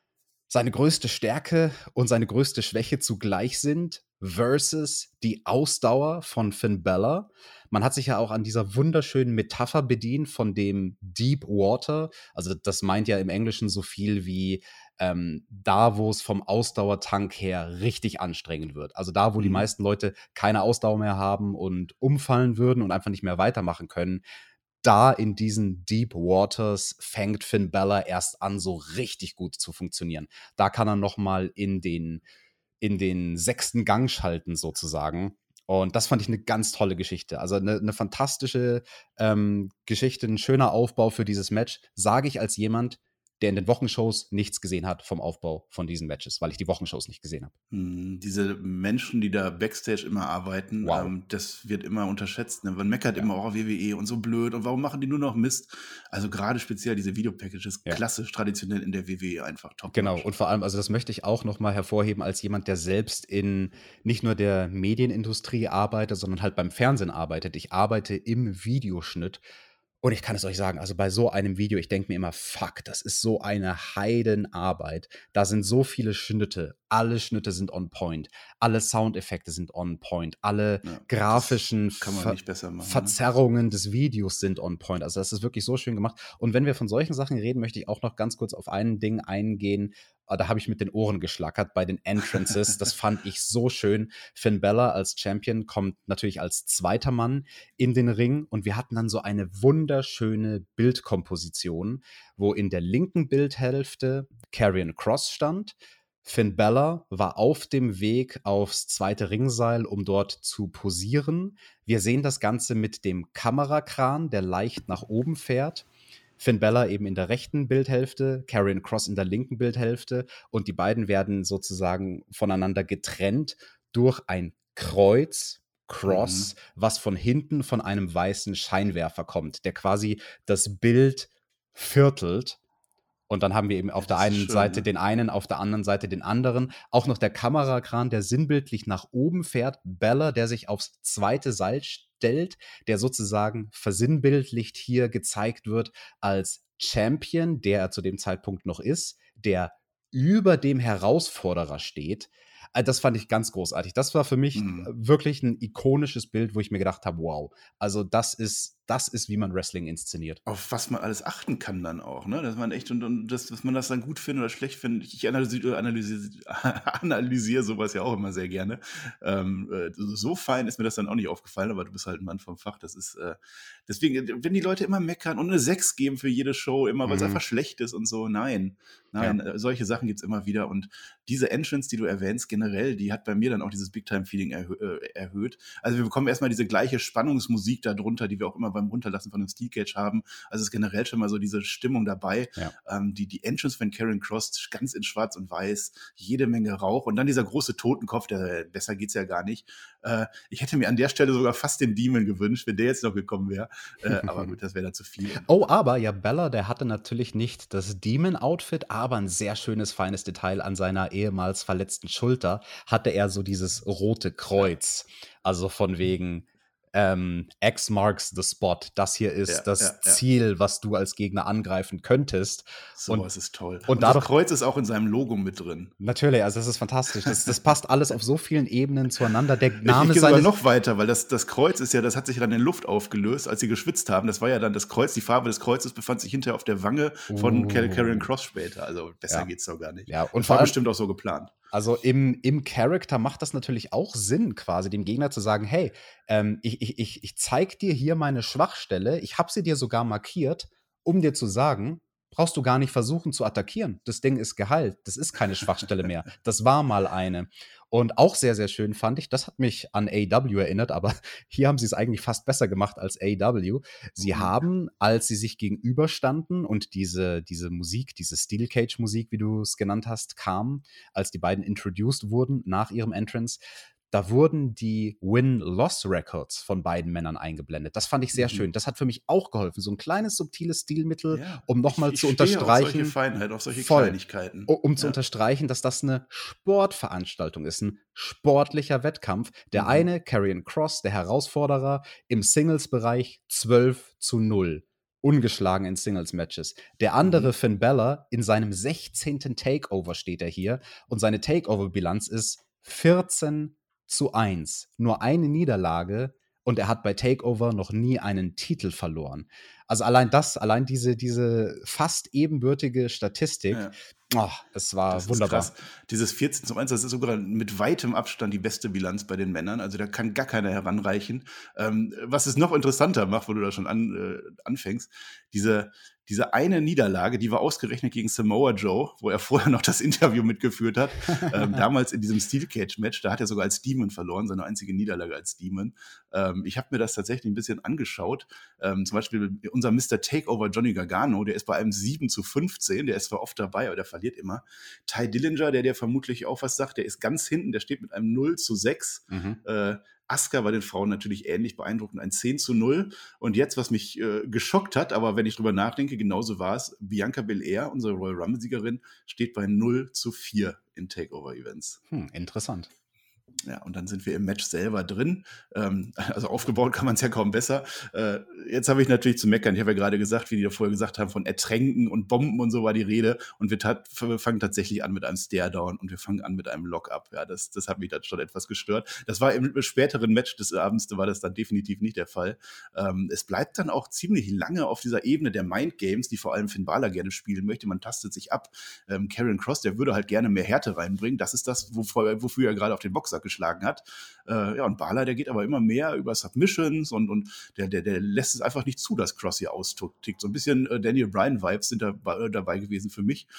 seine größte Stärke und seine größte Schwäche zugleich sind versus die Ausdauer von Finn Balor. Man hat sich ja auch an dieser wunderschönen Metapher bedient von dem Deep Water. Also das meint ja im Englischen so viel wie da, wo es vom Ausdauertank her richtig anstrengend wird. Also da, wo die meisten Leute keine Ausdauer mehr haben und umfallen würden und einfach nicht mehr weitermachen können. Da in diesen Deep Waters fängt Finn Balor erst an, so richtig gut zu funktionieren. Da kann er noch mal in den 6. Gang schalten sozusagen. Und das fand ich eine ganz tolle Geschichte. Also eine fantastische Geschichte, ein schöner Aufbau für dieses Match, sage ich als jemand, der in den Wochenshows nichts gesehen hat vom Aufbau von diesen Matches, weil ich die Wochenshows nicht gesehen habe. Diese Menschen, die da Backstage immer arbeiten, Wow. das wird immer unterschätzt. Ne? Man meckert immer, oh, WWE und so blöd und warum machen die nur noch Mist? Also gerade speziell diese Videopackages, klassisch, traditionell in der WWE einfach top. Genau, und vor allem, also das möchte ich auch noch mal hervorheben als jemand, der selbst in nicht nur der Medienindustrie arbeitet, sondern halt beim Fernsehen arbeitet. Ich arbeite im Videoschnitt und ich kann es euch sagen, also bei so einem Video, ich denke mir immer, fuck, das ist so eine Heidenarbeit. Da sind so viele Schnitte, alle Schnitte sind on point, alle Soundeffekte sind on point, alle grafischen kann man nicht besser machen, Verzerrungen des Videos sind on point. Also das ist wirklich so schön gemacht. Und wenn wir von solchen Sachen reden, möchte ich auch noch ganz kurz auf ein Ding eingehen. Da habe ich mit den Ohren geschlackert bei den Entrances. Das fand ich so schön. Finn Balor als Champion kommt natürlich als zweiter Mann in den Ring und wir hatten dann so eine wunderschöne Bildkomposition, wo in der linken Bildhälfte Karrion Kross stand. Finn Balor war auf dem Weg aufs zweite Ringseil, um dort zu posieren. Wir sehen das Ganze mit dem Kamerakran, der leicht nach oben fährt. Finn Balor eben in der rechten Bildhälfte, Karrion Kross in der linken Bildhälfte und die beiden werden sozusagen voneinander getrennt durch ein Kreuz, Cross, was von hinten von einem weißen Scheinwerfer kommt, der quasi das Bild viertelt. Und dann haben wir eben auf der einen Seite den einen, auf der anderen Seite den anderen. Auch noch der Kamerakran, der sinnbildlich nach oben fährt. Balor, der sich aufs zweite Seil stellt, der sozusagen versinnbildlicht hier gezeigt wird als Champion, der er zu dem Zeitpunkt noch ist, der über dem Herausforderer steht. Das fand ich ganz großartig. Das war für mich wirklich ein ikonisches Bild, wo ich mir gedacht habe, wow, also das ist, wie man Wrestling inszeniert. Auf was man alles achten kann dann auch, ne? Dass man echt und dass man das dann gut findet oder schlecht findet. Ich analysiere sowas ja auch immer sehr gerne. So fein ist mir das dann auch nicht aufgefallen, aber du bist halt ein Mann vom Fach. Das ist deswegen, wenn die Leute immer meckern und eine 6 geben für jede Show, immer weil es einfach schlecht ist und so, nein, solche Sachen gibt's immer wieder. Und diese Entrance, die du erwähnst, generell, die hat bei mir dann auch dieses Big-Time-Feeling erhöht. Also wir bekommen erstmal diese gleiche Spannungsmusik darunter, die wir auch immer beim Runterlassen von einem Steel Cage haben. Also es ist generell schon mal so diese Stimmung dabei. Ja. Die Entrance von Karrion Kross, ganz in schwarz und weiß, jede Menge Rauch und dann dieser große Totenkopf, besser geht's ja gar nicht. Ich hätte mir an der Stelle sogar fast den Demon gewünscht, wenn der jetzt noch gekommen wäre. Aber gut, das wäre dann zu viel. Oh, aber ja, Balor, der hatte natürlich nicht das Demon-Outfit, aber ein sehr schönes, feines Detail an seiner ehemals verletzten Schulter hatte er so dieses rote Kreuz. Also von wegen X marks the spot. Das hier ist das Ziel, was du als Gegner angreifen könntest. Sowas ist toll. Und das Kreuz ist auch in seinem Logo mit drin. Natürlich, also das ist fantastisch. Das passt alles auf so vielen Ebenen zueinander. Der Name ich gehe sogar noch weiter, weil das Kreuz ist ja, das hat sich dann in Luft aufgelöst, als sie geschwitzt haben. Das war ja dann das Kreuz, die Farbe des Kreuzes befand sich hinterher auf der Wange von Karrion Kross später. Also besser geht's doch gar nicht. Ja, und das war bestimmt auch so geplant. Also im Charakter macht das natürlich auch Sinn, quasi dem Gegner zu sagen, hey, ich zeig dir hier meine Schwachstelle, ich habe sie dir sogar markiert, um dir zu sagen, brauchst du gar nicht versuchen zu attackieren. Das Ding ist geheilt, das ist keine Schwachstelle mehr. Das war mal eine. Und auch sehr, sehr schön fand ich, das hat mich an AEW erinnert, aber hier haben sie es eigentlich fast besser gemacht als AEW. Sie haben, als sie sich gegenüberstanden und diese Musik, diese Steel Cage Musik, wie du es genannt hast, kam, als die beiden introduced wurden nach ihrem Entrance, da wurden die Win-Loss-Records von beiden Männern eingeblendet. Das fand ich sehr schön. Das hat für mich auch geholfen. So ein kleines, subtiles Stilmittel, um nochmal zu unterstreichen. Auf solche Feinheit, auf solche Kleinigkeiten. Um zu unterstreichen, dass das eine Sportveranstaltung ist, ein sportlicher Wettkampf. Der eine, Karrion Kross, der Herausforderer, im Singles-Bereich 12-0. ungeschlagen in Singles-Matches. Der andere, Finn Balor, in seinem 16. Takeover steht er hier und seine Takeover-Bilanz ist 14:1. Nur eine Niederlage und er hat bei Takeover noch nie einen Titel verloren. Also allein diese fast ebenbürtige Statistik, es war Das ist wunderbar. krass. Dieses 14:1, das ist sogar mit weitem Abstand die beste Bilanz bei den Männern. Also da kann gar keiner heranreichen. Was es noch interessanter macht, wo du da schon anfängst, diese eine Niederlage, die war ausgerechnet gegen Samoa Joe, wo er vorher noch das Interview mitgeführt hat. Damals in diesem Steel Cage Match, da hat er sogar als Demon verloren, seine einzige Niederlage als Demon. Ich habe mir das tatsächlich ein bisschen angeschaut. Zum Beispiel unser Mr. Takeover Johnny Gargano, der ist bei einem 7:15, der ist zwar oft dabei, aber der verliert immer. Ty Dillinger, der vermutlich auch was sagt, der ist ganz hinten, der steht mit einem 0:6. Asuka bei den Frauen natürlich ähnlich beeindruckend, ein 10:0. Und jetzt, was mich geschockt hat, aber wenn ich drüber nachdenke, genauso war es, Bianca Belair, unsere Royal Rumble-Siegerin, steht bei 0:4 in Takeover-Events. Interessant. Ja, und dann sind wir im Match selber drin. Also aufgebaut kann man es ja kaum besser. Jetzt habe ich natürlich zu meckern. Ich habe ja gerade gesagt, wie die da vorher gesagt haben, von Ertränken und Bomben und so war die Rede. Und wir fangen tatsächlich an mit einem Stare-Down und wir fangen an mit einem Lock-Up. Ja, das hat mich dann schon etwas gestört. Das war im späteren Match des Abends, da war das dann definitiv nicht der Fall. Es bleibt dann auch ziemlich lange auf dieser Ebene der Mind-Games, die vor allem Finn Balor gerne spielen möchte. Man tastet sich ab. Karrion Kross, der würde halt gerne mehr Härte reinbringen. Das ist das, wofür er gerade auf den Boxsack geschlagen hat. Und Balor, der geht aber immer mehr über Submissions und der lässt es einfach nicht zu, dass Kross hier austickt. So ein bisschen Daniel Bryan-Vibes sind dabei gewesen für mich.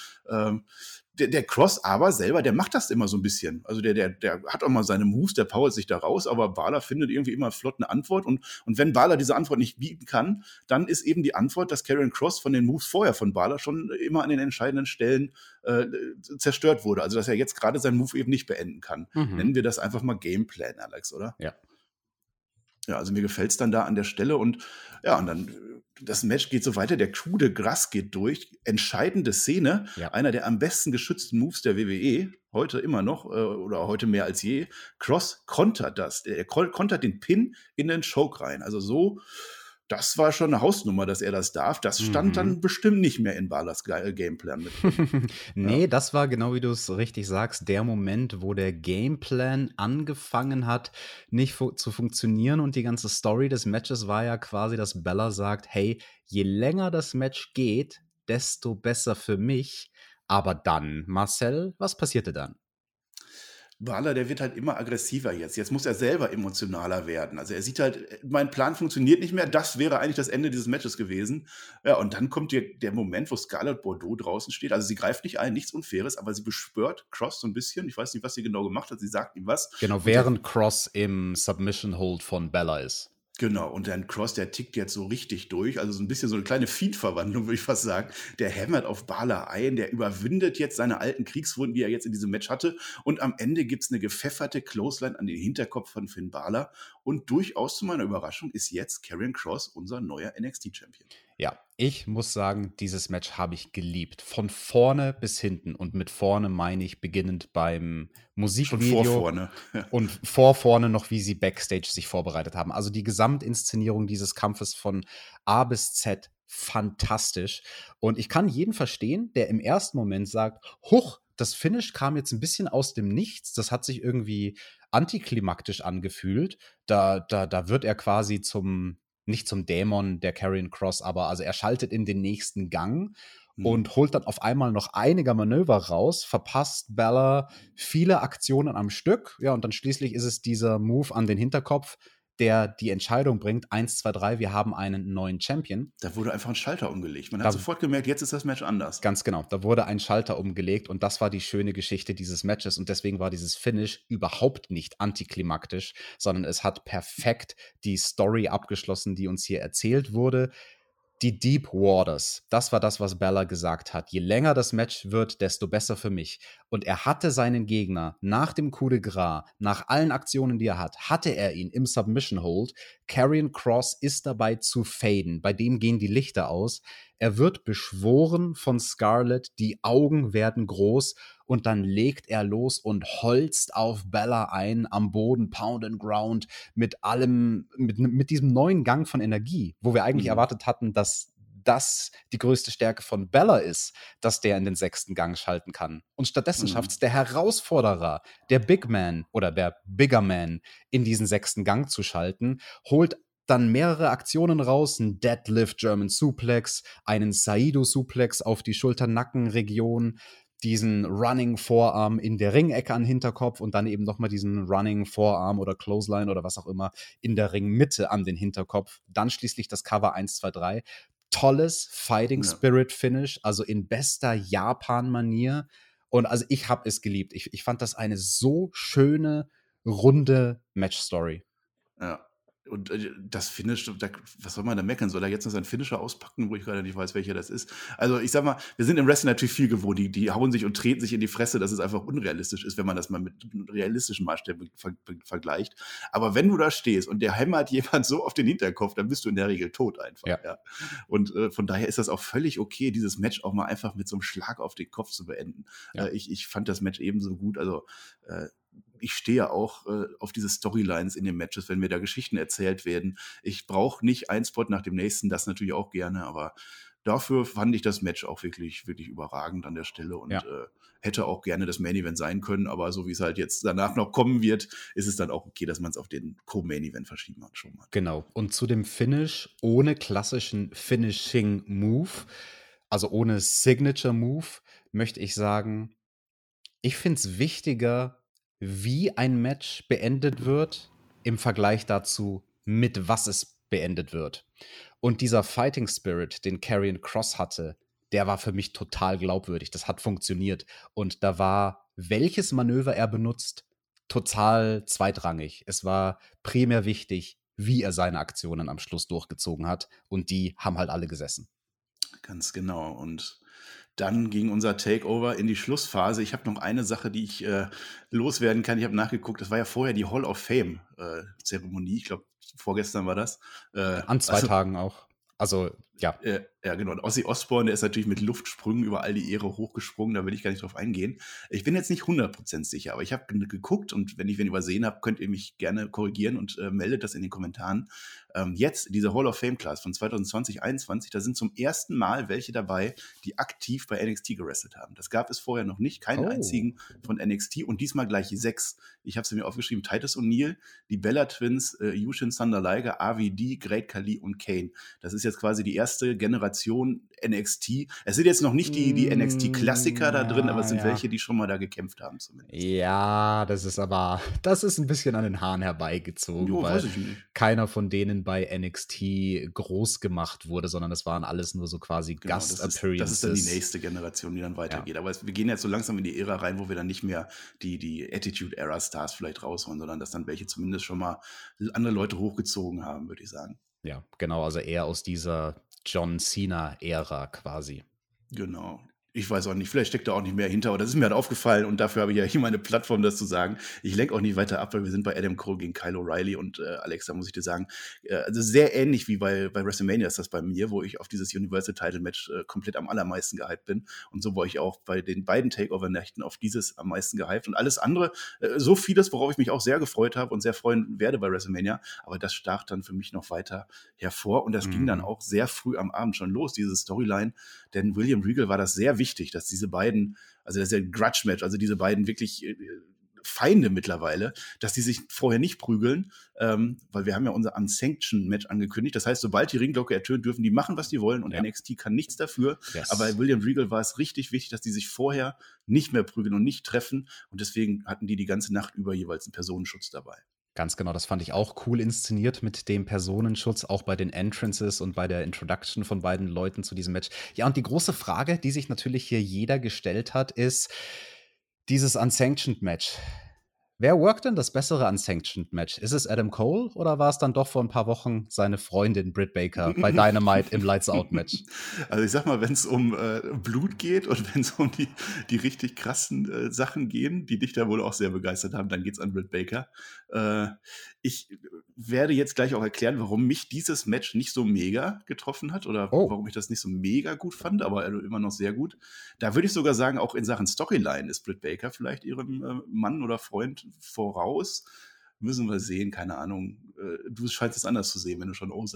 Der Kross aber selber, der macht das immer so ein bisschen. Also der hat auch mal seine Moves, der powert sich da raus, aber Balor findet irgendwie immer flott eine Antwort. Und wenn Balor diese Antwort nicht bieten kann, dann ist eben die Antwort, dass Karrion Kross von den Moves vorher von Balor schon immer an den entscheidenden Stellen zerstört wurde. Also dass er jetzt gerade seinen Move eben nicht beenden kann. Nennen wir das einfach mal Gameplan, Alex, oder? Ja. Ja, also mir gefällt es dann da an der Stelle und dann das Match geht so weiter, der Coup de Grâce geht durch, entscheidende Szene, einer der am besten geschützten Moves der WWE, heute immer noch oder heute mehr als je. Kross kontert das, er kontert den Pin in den Choke rein, also so, das war schon eine Hausnummer, dass er das darf. Das stand dann bestimmt nicht mehr in Balors Gameplan mit drin. Nee, das war genau wie du es richtig sagst, der Moment, wo der Gameplan angefangen hat, nicht zu funktionieren und die ganze Story des Matches war ja quasi, dass Balor sagt, hey, je länger das Match geht, desto besser für mich. Aber dann, Marcel, was passierte dann? Balor, der wird halt immer aggressiver jetzt. Jetzt muss er selber emotionaler werden. Also er sieht halt, mein Plan funktioniert nicht mehr. Das wäre eigentlich das Ende dieses Matches gewesen. Ja, und dann kommt der Moment, wo Scarlett Bordeaux draußen steht. Also sie greift nicht ein, nichts Unfaires, aber sie beschwört Kross so ein bisschen. Ich weiß nicht, was sie genau gemacht hat. Sie sagt ihm was. Genau, während Kross im Submission Hold von Balor ist. Genau, und dann Kross, der tickt jetzt so richtig durch, also so ein bisschen so eine kleine Feed-Verwandlung, würde ich fast sagen. Der hämmert auf Balor ein, der überwindet jetzt seine alten Kriegswunden, die er jetzt in diesem Match hatte. Und am Ende gibt es eine gepfefferte Clothesline an den Hinterkopf von Finn Balor. Und durchaus zu meiner Überraschung ist jetzt Karrion Kross unser neuer NXT-Champion. Ja, ich muss sagen, dieses Match habe ich geliebt. Von vorne bis hinten. Und mit vorne meine ich beginnend beim Musikvideo. Schon vor vorne. Ja. Und vor vorne noch, wie sie Backstage sich vorbereitet haben. Also die Gesamtinszenierung dieses Kampfes von A bis Z, fantastisch. Und ich kann jeden verstehen, der im ersten Moment sagt, huch, das Finish kam jetzt ein bisschen aus dem Nichts. Das hat sich irgendwie antiklimaktisch angefühlt. Da wird er quasi nicht zum Dämon der Karrion Kross, aber also er schaltet in den nächsten Gang und holt dann auf einmal noch einige Manöver raus, verpasst Balor viele Aktionen am Stück. Ja, und dann schließlich ist es dieser Move an den Hinterkopf, der die Entscheidung bringt, 1, 2, 3, wir haben einen neuen Champion. Da wurde einfach ein Schalter umgelegt. Man hat sofort gemerkt, jetzt ist das Match anders. Ganz genau, da wurde ein Schalter umgelegt und das war die schöne Geschichte dieses Matches und deswegen war dieses Finish überhaupt nicht antiklimaktisch, sondern es hat perfekt die Story abgeschlossen, die uns hier erzählt wurde. Die Deep Waters, das war das, was Balor gesagt hat. Je länger das Match wird, desto besser für mich. Und er hatte seinen Gegner nach dem Coup de Gras, nach allen Aktionen, die er hat, hatte er ihn im Submission Hold. Karrion Kross ist dabei zu faden. Bei dem gehen die Lichter aus. Er wird beschworen von Scarlett, die Augen werden groß und dann legt er los und holzt auf Balor ein, am Boden, Pound and Ground, mit allem, mit diesem neuen Gang von Energie, wo wir eigentlich erwartet hatten, dass dass die größte Stärke von Bella ist, dass der in den 6. Gang schalten kann. Und stattdessen schafft es der Herausforderer, der Big Man oder der Bigger Man in diesen 6. Gang zu schalten, holt dann mehrere Aktionen raus, ein Deadlift German Suplex, einen Saido Suplex auf die Schulter-Nacken-Region, diesen Running Vorarm in der Ringecke an Hinterkopf und dann eben nochmal diesen Running Vorarm oder Clothesline oder was auch immer in der Ringmitte an den Hinterkopf. Dann schließlich das Cover 1, 2, 3. Tolles Fighting Spirit Finish, also in bester Japan-Manier. Und also ich habe es geliebt. Ich fand das eine so schöne, runde Match-Story. Ja. Und das Finish, was soll man da meckern? Soll er jetzt noch seinen Finisher auspacken, wo ich gerade nicht weiß, welcher das ist? Also ich sag mal, wir sind im Wrestling natürlich viel gewohnt. Die hauen sich und treten sich in die Fresse, dass es einfach unrealistisch ist, wenn man das mal mit realistischen Maßstäben vergleicht. Aber wenn du da stehst und der hämmert jemand so auf den Hinterkopf, dann bist du in der Regel tot einfach. Ja. Und von daher ist das auch völlig okay, dieses Match auch mal einfach mit so einem Schlag auf den Kopf zu beenden. Ja. Ich fand das Match ebenso gut. Also ich stehe auch auf diese Storylines in den Matches, wenn mir da Geschichten erzählt werden. Ich brauche nicht einen Spot nach dem nächsten, das natürlich auch gerne, aber dafür fand ich das Match auch wirklich, wirklich überragend an der Stelle und hätte auch gerne das Main Event sein können, aber so wie es halt jetzt danach noch kommen wird, ist es dann auch okay, dass man es auf den Co-Main Event verschieben hat schon mal. Genau. Und zu dem Finish ohne klassischen Finishing Move, also ohne Signature Move, möchte ich sagen, ich finde es wichtiger, wie ein Match beendet wird, im Vergleich dazu, mit was es beendet wird. Und dieser Fighting Spirit, den Karrion Kross hatte, der war für mich total glaubwürdig. Das hat funktioniert. Und da war, welches Manöver er benutzt, total zweitrangig. Es war primär wichtig, wie er seine Aktionen am Schluss durchgezogen hat. Und die haben halt alle gesessen. Ganz genau. Und dann ging unser Takeover in die Schlussphase. Ich habe noch eine Sache, die ich loswerden kann. Ich habe nachgeguckt, das war ja vorher die Hall of Fame-Zeremonie. Ich glaube, vorgestern war das. An 2 Tagen auch. Also, ja. Ja, genau. Und Ozzy Osbourne, der ist natürlich mit Luftsprüngen über all die Ehre hochgesprungen. Da will ich gar nicht drauf eingehen. Ich bin jetzt nicht 100% sicher, aber ich habe geguckt und wenn ich wen übersehen habe, könnt ihr mich gerne korrigieren und meldet das in den Kommentaren. Jetzt, diese Hall of Fame Class von 2020, 2021, da sind zum ersten Mal welche dabei, die aktiv bei NXT gewrestelt haben. Das gab es vorher noch nicht, keinen einzigen von NXT und diesmal gleich 6. Ich habe sie mir aufgeschrieben, Titus O'Neil, die Bella Twins, Yushin Thunder Liger, RVD, Great Khali und Kane. Das ist jetzt quasi die erste Generation NXT. Es sind jetzt noch nicht die NXT-Klassiker da drin, aber es sind welche, die schon mal da gekämpft haben zumindest. Ja, das ist ein bisschen an den Haaren herbeigezogen, weil weiß ich nicht. Keiner von denen bei NXT groß gemacht wurde, sondern das waren alles nur so quasi Gast-Appearances. Das ist dann die nächste Generation, die dann weitergeht. Ja. Aber wir gehen jetzt so langsam in die Ära rein, wo wir dann nicht mehr die Attitude-Era-Stars vielleicht rausholen, sondern dass dann welche zumindest schon mal andere Leute hochgezogen haben, würde ich sagen. Ja, genau, also eher aus dieser John Cena-Ära quasi. Genau. Ich weiß auch nicht, vielleicht steckt da auch nicht mehr hinter, aber das ist mir halt aufgefallen und dafür habe ich ja hier meine Plattform, das zu sagen. Ich lenke auch nicht weiter ab, weil wir sind bei Adam Cole gegen Kyle O'Reilly und Alexa, muss ich dir sagen, also sehr ähnlich wie bei WrestleMania ist das bei mir, wo ich auf dieses Universal Title Match komplett am allermeisten gehypt bin und so war ich auch bei den beiden Takeover-Nächten auf dieses am meisten gehypt und alles andere, so vieles, worauf ich mich auch sehr gefreut habe und sehr freuen werde bei WrestleMania, aber das stach dann für mich noch weiter hervor und das ging dann auch sehr früh am Abend schon los, diese Storyline, denn William Regal war das sehr wichtig, dass diese beiden, also das ist ja ein Grudge-Match, also diese beiden wirklich Feinde mittlerweile, dass die sich vorher nicht prügeln, weil wir haben ja unser Unsanctioned-Match angekündigt. Das heißt, sobald die Ringglocke ertönt, dürfen die machen, was die wollen und NXT kann nichts dafür. Yes. Aber bei William Regal war es richtig wichtig, dass die sich vorher nicht mehr prügeln und nicht treffen und deswegen hatten die ganze Nacht über jeweils einen Personenschutz dabei. Ganz genau, das fand ich auch cool inszeniert mit dem Personenschutz, auch bei den Entrances und bei der Introduction von beiden Leuten zu diesem Match. Ja, und die große Frage, die sich natürlich hier jeder gestellt hat, ist dieses Unsanctioned Match. Wer workt denn das bessere Unsanctioned Match? Ist es Adam Cole oder war es dann doch vor ein paar Wochen seine Freundin Britt Baker bei Dynamite im Lights-Out-Match? Also ich sag mal, wenn es um Blut geht und wenn es um die richtig krassen Sachen gehen, die dich da wohl auch sehr begeistert haben, dann geht's an Britt Baker. Ich werde jetzt gleich auch erklären, warum mich dieses Match nicht so mega getroffen hat oder warum ich das nicht so mega gut fand, aber immer noch sehr gut. Da würde ich sogar sagen, auch in Sachen Storyline ist Britt Baker vielleicht ihrem Mann oder Freund voraus. Müssen wir sehen, keine Ahnung. Du scheinst es anders zu sehen, wenn du schon sagst.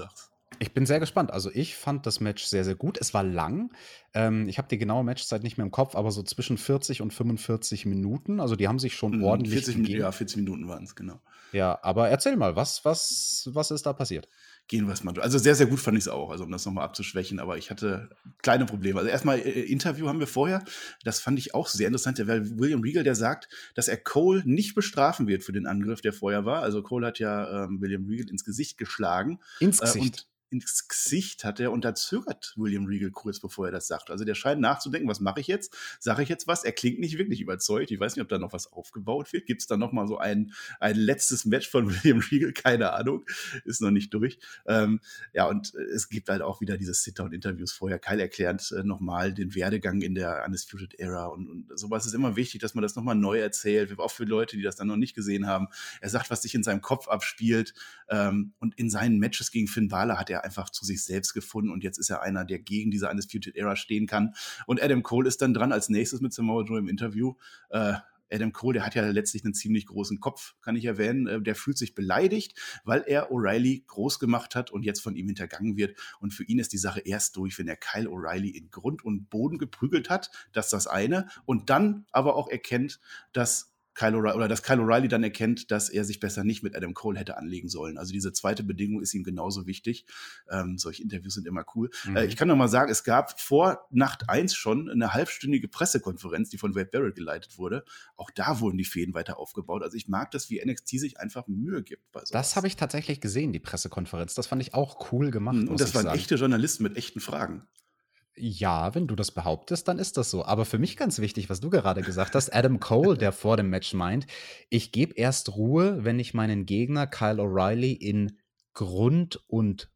Ich bin sehr gespannt. Also, ich fand das Match sehr, sehr gut. Es war lang. Ich habe die genaue Matchzeit nicht mehr im Kopf, aber so zwischen 40 und 45 Minuten. Also, die haben sich schon ordentlich 40 Minuten, ja, gegeben. 40 Minuten waren es, genau. Ja, aber erzähl mal, was ist da passiert? Gehen wir es mal durch. Also sehr, sehr gut fand ich es auch, also um das nochmal abzuschwächen, aber ich hatte kleine Probleme. Also erstmal Interview haben wir vorher, das fand ich auch sehr interessant, weil William Regal, der sagt, dass er Cole nicht bestrafen wird für den Angriff, der vorher war. Also Cole hat ja William Regal ins Gesicht geschlagen. Ins Gesicht. Und ins Gesicht hat er und da zögert William Regal kurz, bevor er das sagt. Also der scheint nachzudenken, was mache ich jetzt? Sage ich jetzt was? Er klingt nicht wirklich überzeugt. Ich weiß nicht, ob da noch was aufgebaut wird. Gibt es da noch mal so ein letztes Match von William Regal? Keine Ahnung. Ist noch nicht durch. Ja, und es gibt halt auch wieder diese Sit-Down-Interviews vorher. Kyle erklärt nochmal den Werdegang in der Undisputed Era und sowas ist immer wichtig, dass man das nochmal neu erzählt, auch für Leute, die das dann noch nicht gesehen haben. Er sagt, was sich in seinem Kopf abspielt und in seinen Matches gegen Finn Balor hat er einfach zu sich selbst gefunden und jetzt ist er einer, der gegen diese Undisputed Era stehen kann. Und Adam Cole ist dann dran als nächstes mit Samoa Joe im Interview. Adam Cole, der hat ja letztlich einen ziemlich großen Kopf, kann ich erwähnen. Der fühlt sich beleidigt, weil er O'Reilly groß gemacht hat und jetzt von ihm hintergangen wird. Und für ihn ist die Sache erst durch, wenn er Kyle O'Reilly in Grund und Boden geprügelt hat. Das ist das eine. Und dann aber auch erkennt, dass Kyle O'Reilly dann erkennt, dass er sich besser nicht mit Adam Cole hätte anlegen sollen. Also diese zweite Bedingung ist ihm genauso wichtig. Solche Interviews sind immer cool. Ich kann noch mal sagen, es gab vor Nacht 1 schon eine halbstündige Pressekonferenz, die von Wade Barrett geleitet wurde. Auch da wurden die Fäden weiter aufgebaut. Also ich mag das, wie NXT sich einfach Mühe gibt bei sowas. Das habe ich tatsächlich gesehen, die Pressekonferenz. Das fand ich auch cool gemacht. Und das waren echte Journalisten mit echten Fragen. Ja, wenn du das behauptest, dann ist das so. Aber für mich ganz wichtig, was du gerade gesagt hast, Adam Cole, der vor dem Match meint, ich gebe erst Ruhe, wenn ich meinen Gegner Kyle O'Reilly in Grund und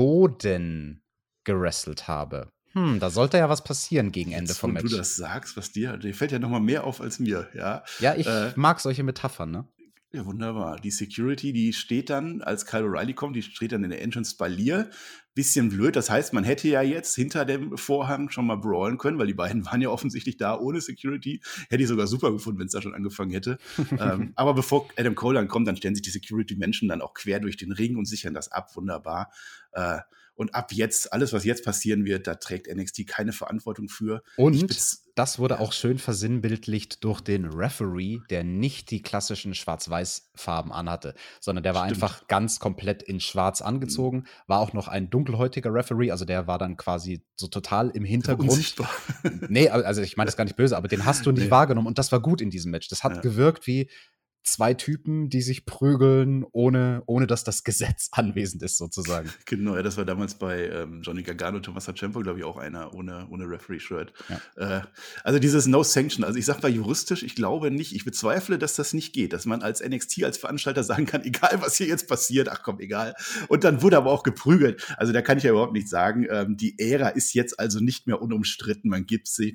Boden gewrestelt habe. Da sollte ja was passieren gegen Ende vom Match. Wenn du das sagst, dir fällt ja noch mal mehr auf als mir. Ja, ja, ich mag solche Metaphern, ne? Ja, wunderbar. Die Security, die steht dann, als Kyle O'Reilly kommt, die steht dann in der Entrance Spalier. Bisschen blöd, das heißt, man hätte ja jetzt hinter dem Vorhang schon mal brawlen können, weil die beiden waren ja offensichtlich da ohne Security. Hätte ich sogar super gefunden, wenn es da schon angefangen hätte. Aber bevor Adam Cole dann kommt, dann stellen sich die Security-Menschen dann auch quer durch den Ring und sichern das ab. Wunderbar. Und ab jetzt, alles, was jetzt passieren wird, da trägt NXT keine Verantwortung für. Und das wurde auch schön versinnbildlicht durch den Referee, der nicht die klassischen Schwarz-Weiß-Farben anhatte, sondern der war einfach ganz komplett in Schwarz angezogen, war auch noch ein dunkelhäutiger Referee, also der war dann quasi so total im Hintergrund. Unsichtbar. Nee, also ich meine das gar nicht böse, aber den hast du nicht wahrgenommen und das war gut in diesem Match. Das hat gewirkt wie zwei Typen, die sich prügeln, ohne dass das Gesetz anwesend ist, sozusagen. Genau, ja, das war damals bei Johnny Gargano, Tommaso Ciampa, glaube ich, auch einer ohne Referee-Shirt. Ja. Also dieses No-Sanction, also ich sag mal juristisch, ich glaube nicht, ich bezweifle, dass das nicht geht, dass man als NXT, als Veranstalter sagen kann, egal was hier jetzt passiert, ach komm, egal. Und dann wurde aber auch geprügelt. Also da kann ich ja überhaupt nicht sagen, die Ära ist jetzt also nicht mehr unumstritten, man gibt sich.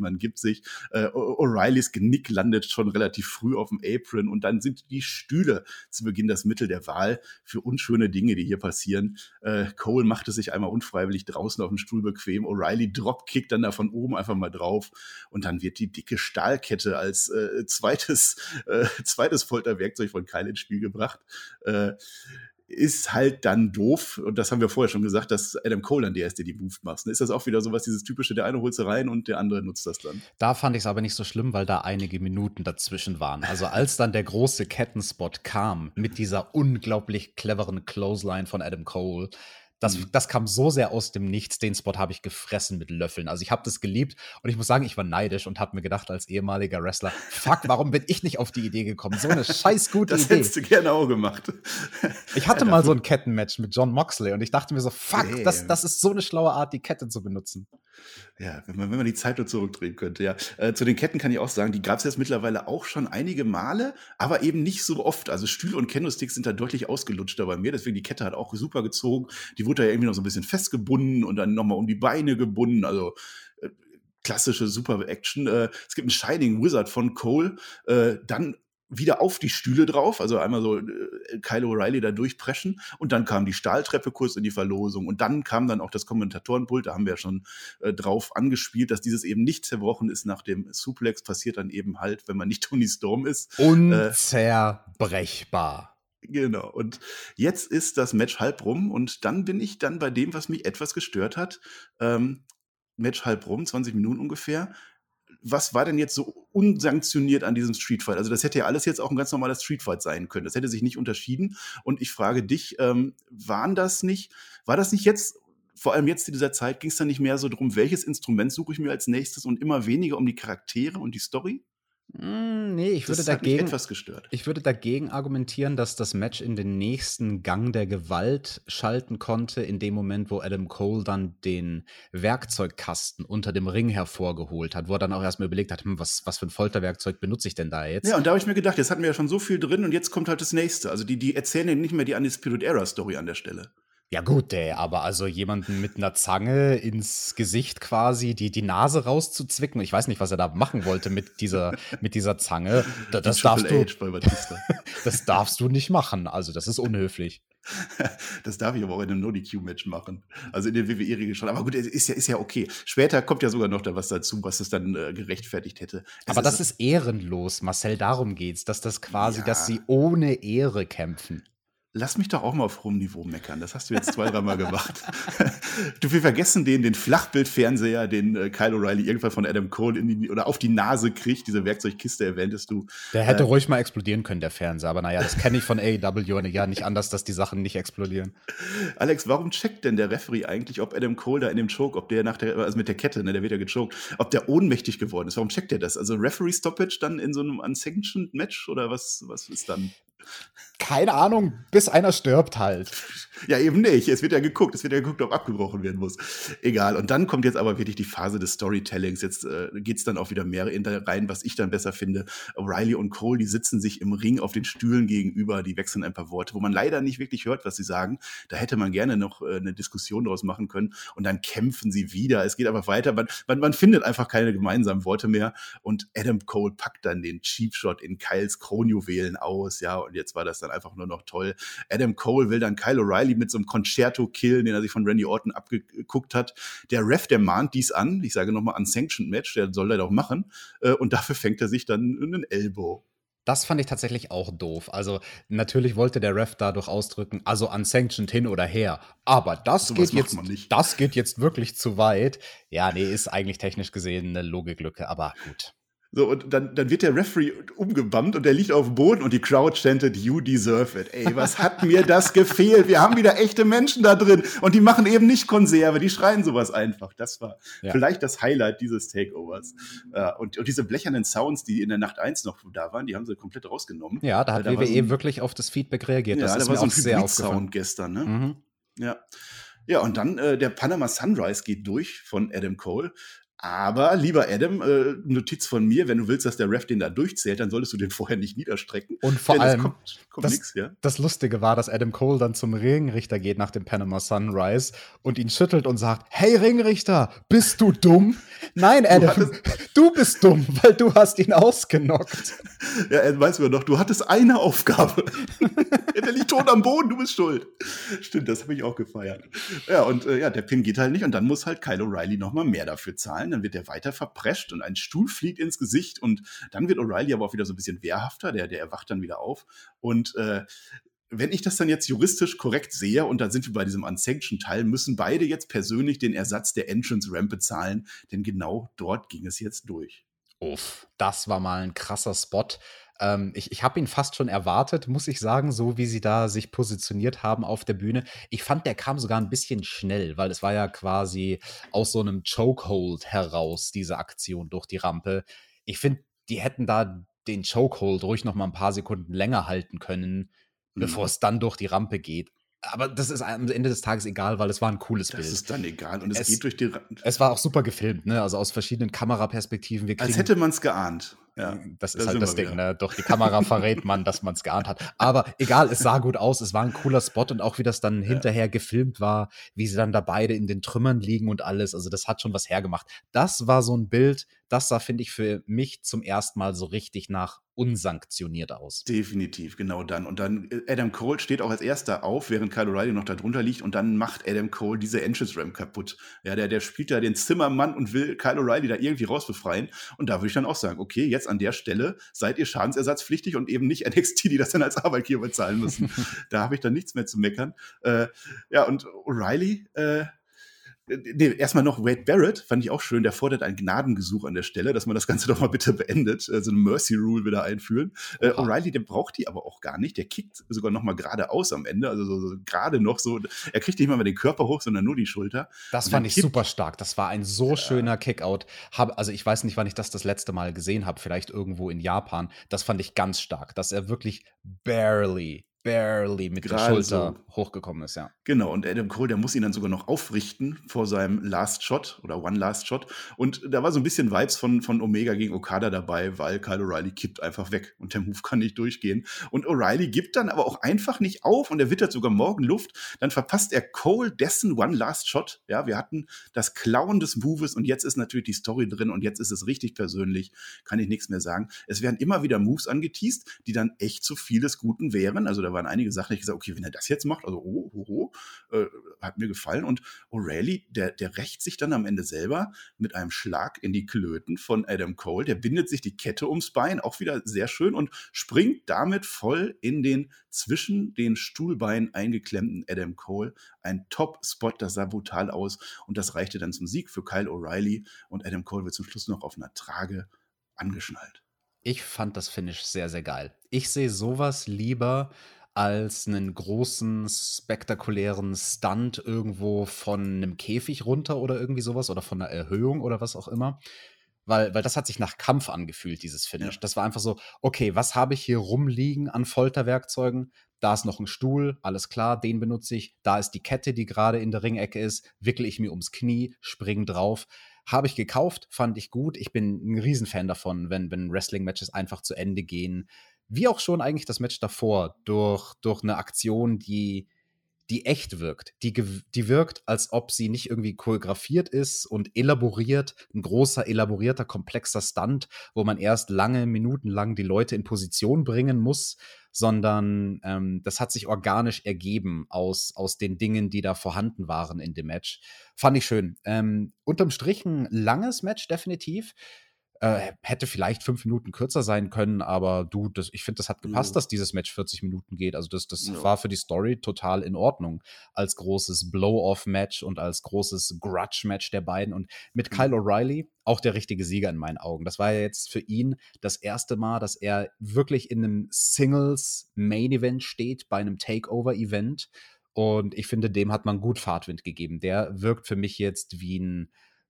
O'Reillys Genick landet schon relativ früh auf dem Apron und dann sind die Stühle zu Beginn das Mittel der Wahl für unschöne Dinge, die hier passieren. Cole machte sich einmal unfreiwillig draußen auf dem Stuhl bequem. O'Reilly dropkickt dann da von oben einfach mal drauf. Und dann wird die dicke Stahlkette als zweites Folterwerkzeug von Kyle ins Spiel gebracht. Ist halt dann doof, und das haben wir vorher schon gesagt, dass Adam Cole dann der ist, der die Move macht. Ist das auch wieder sowas, dieses typische, der eine holt sie rein und der andere nutzt das dann? Da fand ich es aber nicht so schlimm, weil da einige Minuten dazwischen waren. Also als dann der große Kettenspot kam mit dieser unglaublich cleveren Clothesline von Adam Cole, das kam so sehr aus dem Nichts, den Spot habe ich gefressen mit Löffeln. Also ich habe das geliebt und ich muss sagen, ich war neidisch und habe mir gedacht als ehemaliger Wrestler, fuck, warum bin ich nicht auf die Idee gekommen? So eine scheiß gute Idee. Das hättest du gerne auch gemacht. Ich hatte mal so ein Kettenmatch mit John Moxley und ich dachte mir so, fuck, das ist so eine schlaue Art, die Kette zu benutzen. Ja, wenn man die Zeit nur zurückdrehen könnte, ja. Zu den Ketten kann ich auch sagen, die gab es jetzt mittlerweile auch schon einige Male, aber eben nicht so oft. Also Stühle und Candlesticks sind da deutlich ausgelutschter bei mir, deswegen die Kette hat auch super gezogen. Die wurde da irgendwie noch so ein bisschen festgebunden und dann nochmal um die Beine gebunden, also klassische Super-Action. Es gibt einen Shining Wizard von Cole, dann wieder auf die Stühle drauf, also einmal so Kyle O'Reilly da durchpreschen und dann kam die Stahltreppe kurz in die Verlosung und dann kam dann auch das Kommentatorenpult, da haben wir ja schon drauf angespielt, dass dieses eben nicht zerbrochen ist nach dem Suplex, passiert dann eben halt, wenn man nicht Tony Storm ist. Unzerbrechbar. Genau. Und jetzt ist das Match halb rum und dann bin ich dann bei dem, was mich etwas gestört hat. Match halb rum, 20 Minuten ungefähr. Was war denn jetzt so unsanktioniert an diesem Streetfight? Also das hätte ja alles jetzt auch ein ganz normaler Streetfight sein können. Das hätte sich nicht unterschieden. Und ich frage dich, war das nicht jetzt, vor allem jetzt in dieser Zeit, ging es dann nicht mehr so drum, welches Instrument suche ich mir als nächstes und immer weniger um die Charaktere und die Story? Nee, Das hat mich etwas gestört. ich würde dagegen argumentieren, dass das Match in den nächsten Gang der Gewalt schalten konnte, in dem Moment, wo Adam Cole dann den Werkzeugkasten unter dem Ring hervorgeholt hat, wo er dann auch erstmal überlegt hat, was für ein Folterwerkzeug benutze ich denn da jetzt? Ja, und da habe ich mir gedacht, jetzt hatten wir ja schon so viel drin und jetzt kommt halt das nächste. Also die erzählen ja nicht mehr die Undisputed Era Story an der Stelle. Ja gut, aber also jemanden mit einer Zange ins Gesicht quasi die Nase rauszuzwicken, ich weiß nicht, was er da machen wollte mit dieser Zange, das Triple H bei Batista. das darfst du nicht machen, also das ist unhöflich. Das darf ich aber auch in einem No-DQ-Match machen. Also in den WWE-Regeln schon. Aber gut, ist ja okay. Später kommt ja sogar noch da was dazu, was es dann gerechtfertigt hätte. Aber das ist ehrenlos, Marcel, darum geht's, dass das quasi, Ja. dass sie ohne Ehre kämpfen. Lass mich doch auch mal auf hohem Niveau meckern. Das hast du jetzt 2-3 Mal gemacht. Wir vergessen den Flachbildfernseher, den Kyle O'Reilly irgendwann von Adam Cole oder auf die Nase kriegt. Diese Werkzeugkiste erwähntest du. Der hätte ruhig mal explodieren können, der Fernseher. Aber naja, das kenne ich von AEW ja nicht anders, dass die Sachen nicht explodieren. Alex, warum checkt denn der Referee eigentlich, ob Adam Cole da in dem Choke, ob der also mit der Kette, ne, der wird ja gechoked, ob der ohnmächtig geworden ist? Warum checkt der das? Also Referee-Stoppage dann in so einem unsanctioned Match oder was ist dann? Keine Ahnung, bis einer stirbt halt. Ja, eben nicht. Es wird ja geguckt, ob abgebrochen werden muss. Egal. Und dann kommt jetzt aber wirklich die Phase des Storytellings. Jetzt geht's dann auch wieder mehr rein, was ich dann besser finde. O'Reilly und Cole, die sitzen sich im Ring auf den Stühlen gegenüber, die wechseln ein paar Worte, wo man leider nicht wirklich hört, was sie sagen. Da hätte man gerne noch eine Diskussion daraus machen können. Und dann kämpfen sie wieder. Es geht aber weiter. Man findet einfach keine gemeinsamen Worte mehr. Und Adam Cole packt dann den Cheap Shot in Kyles Kronjuwelen aus. Ja, und jetzt war das dann einfach nur noch toll. Adam Cole will dann Kyle O'Reilly mit so einem Concerto killen, den er sich von Randy Orton abgeguckt hat. Der Ref, der mahnt dies an. Ich sage nochmal Unsanctioned Match, der soll das auch machen. Und dafür fängt er sich dann einen Elbow. Das fand ich tatsächlich auch doof. Also natürlich wollte der Ref dadurch ausdrücken, also unsanctioned hin oder her. Aber das geht jetzt wirklich zu weit. Ja, nee, ist eigentlich technisch gesehen eine Logiklücke, aber gut. So, und dann wird der Referee umgebammt und der liegt auf dem Boden und die Crowd chantet, you deserve it. Ey, was hat mir das gefehlt? Wir haben wieder echte Menschen da drin und die machen eben nicht Konserve, die schreien sowas einfach. Das war vielleicht das Highlight dieses Takeovers. Und diese blechernen Sounds, die in der Nacht 1 noch da waren, die haben sie komplett rausgenommen. Ja, da hat WWE wirklich auf das Feedback reagiert. Ja, das ist war mir so ein auch sehr aufgefallen. Sound gestern, ne? Ja, und dann der Panama Sunrise geht durch von Adam Cole. Aber, lieber Adam, Notiz von mir, wenn du willst, dass der Ref den da durchzählt, dann solltest du den vorher nicht niederstrecken. Und vor allem, kommt nix, ja? Das Lustige war, dass Adam Cole dann zum Ringrichter geht nach dem Panama Sunrise und ihn schüttelt und sagt, hey Ringrichter, bist du dumm? Nein, Adam, du bist dumm, weil du hast ihn ausgenockt. Ja, weißt du noch, du hattest eine Aufgabe. Der liegt tot am Boden, du bist schuld. Stimmt, das habe ich auch gefeiert. Ja, und der Pin geht halt nicht und dann muss halt Kyle O'Reilly noch mal mehr dafür zahlen. Dann wird er weiter verprescht und ein Stuhl fliegt ins Gesicht und dann wird O'Reilly aber auch wieder so ein bisschen wehrhafter, der erwacht dann wieder auf und wenn ich das dann jetzt juristisch korrekt sehe, und da sind wir bei diesem Unsanctioned-Teil, müssen beide jetzt persönlich den Ersatz der Entrance-Ramp bezahlen, denn genau dort ging es jetzt durch. Uff, das war mal ein krasser Spot. Ich habe ihn fast schon erwartet, muss ich sagen, so wie sie da sich positioniert haben auf der Bühne. Ich fand, der kam sogar ein bisschen schnell, weil es war ja quasi aus so einem Chokehold heraus, diese Aktion durch die Rampe. Ich finde, die hätten da den Chokehold ruhig noch mal ein paar Sekunden länger halten können, bevor es dann durch die Rampe geht. Aber das ist am Ende des Tages egal, weil es war ein cooles Bild. Das ist dann egal und es geht durch die Rampe. Es war auch super gefilmt, ne? Also aus verschiedenen Kameraperspektiven. Als hätte man es geahnt. Ja, das ist halt das Ding, ne? Durch die Kamera verrät man, dass man es geahnt hat. Aber egal, es sah gut aus, es war ein cooler Spot und auch wie das dann hinterher gefilmt war, wie sie dann da beide in den Trümmern liegen und alles, also das hat schon was hergemacht. Das war so ein Bild, das sah, finde ich, für mich zum ersten Mal so richtig nach unsanktioniert aus. Definitiv, genau dann. Und dann Adam Cole steht auch als Erster auf, während Kyle O'Reilly noch da drunter liegt. Und dann macht Adam Cole diese Entrance Ramp kaputt. Ja, der spielt ja den Zimmermann und will Kyle O'Reilly da irgendwie rausbefreien. Und da würde ich dann auch sagen, okay, jetzt an der Stelle seid ihr schadensersatzpflichtig und eben nicht NXT, die das dann als Arbeitgeber bezahlen müssen. Da habe ich dann nichts mehr zu meckern. Ja, und O'Reilly, nee, erstmal noch Wade Barrett, fand ich auch schön, der fordert ein Gnadengesuch an der Stelle, dass man das Ganze doch mal bitte beendet, so eine Mercy Rule wieder einführen. O'Reilly, der braucht die aber auch gar nicht, der kickt sogar noch mal geradeaus am Ende, also so gerade noch so, er kriegt nicht mal den Körper hoch, sondern nur die Schulter. Das fand ich super stark, das war ein so schöner Kickout. Also ich weiß nicht, wann ich das letzte Mal gesehen habe, vielleicht irgendwo in Japan, das fand ich ganz stark, dass er wirklich barely mit der Schulter hochgekommen ist, ja. Genau, und Adam Cole, der muss ihn dann sogar noch aufrichten vor seinem Last Shot oder One Last Shot. Und da war so ein bisschen Vibes von Omega gegen Okada dabei, weil Kyle O'Reilly kippt einfach weg und der Move kann nicht durchgehen. Und O'Reilly gibt dann aber auch einfach nicht auf und er wittert sogar morgen Luft. Dann verpasst er Cole dessen One Last Shot. Ja, wir hatten das Klauen des Moves und jetzt ist natürlich die Story drin und jetzt ist es richtig persönlich, kann ich nichts mehr sagen. Es werden immer wieder Moves angeteased, die dann echt zu vieles Guten wären. Also da waren einige Sachen, ich gesagt, okay, wenn er das jetzt macht, also hat mir gefallen. Und O'Reilly, der rächt sich dann am Ende selber mit einem Schlag in die Klöten von Adam Cole. Der bindet sich die Kette ums Bein, auch wieder sehr schön und springt damit voll in den zwischen den Stuhlbeinen eingeklemmten Adam Cole. Ein Top-Spot, das sah brutal aus und das reichte dann zum Sieg für Kyle O'Reilly und Adam Cole wird zum Schluss noch auf einer Trage angeschnallt. Ich fand das Finish sehr, sehr geil. Ich sehe sowas lieber als einen großen, spektakulären Stunt irgendwo von einem Käfig runter oder irgendwie sowas oder von einer Erhöhung oder was auch immer. Weil das hat sich nach Kampf angefühlt, dieses Finish. Ja. Das war einfach so, okay, was habe ich hier rumliegen an Folterwerkzeugen? Da ist noch ein Stuhl, alles klar, den benutze ich. Da ist die Kette, die gerade in der Ringecke ist, wickle ich mir ums Knie, spring drauf. Habe ich gekauft, fand ich gut. Ich bin ein Riesenfan davon, wenn Wrestling-Matches einfach zu Ende gehen. Wie auch schon eigentlich das Match davor, durch eine Aktion, die echt wirkt. Die wirkt, als ob sie nicht irgendwie choreografiert ist und elaboriert, ein großer, elaborierter, komplexer Stunt, wo man erst lange, minutenlang die Leute in Position bringen muss, sondern das hat sich organisch ergeben aus den Dingen, die da vorhanden waren in dem Match. Fand ich schön. Unterm Strich ein langes Match, definitiv. Hätte vielleicht 5 Minuten kürzer sein können, aber ich finde, das hat gepasst, dass dieses Match 40 Minuten geht. Also das war für die Story total in Ordnung. Als großes Blow-Off-Match und als großes Grudge-Match der beiden. Und mit Kyle O'Reilly auch der richtige Sieger in meinen Augen. Das war ja jetzt für ihn das erste Mal, dass er wirklich in einem Singles-Main-Event steht, bei einem Takeover-Event. Und ich finde, dem hat man gut Fahrtwind gegeben. Der wirkt für mich jetzt wie ein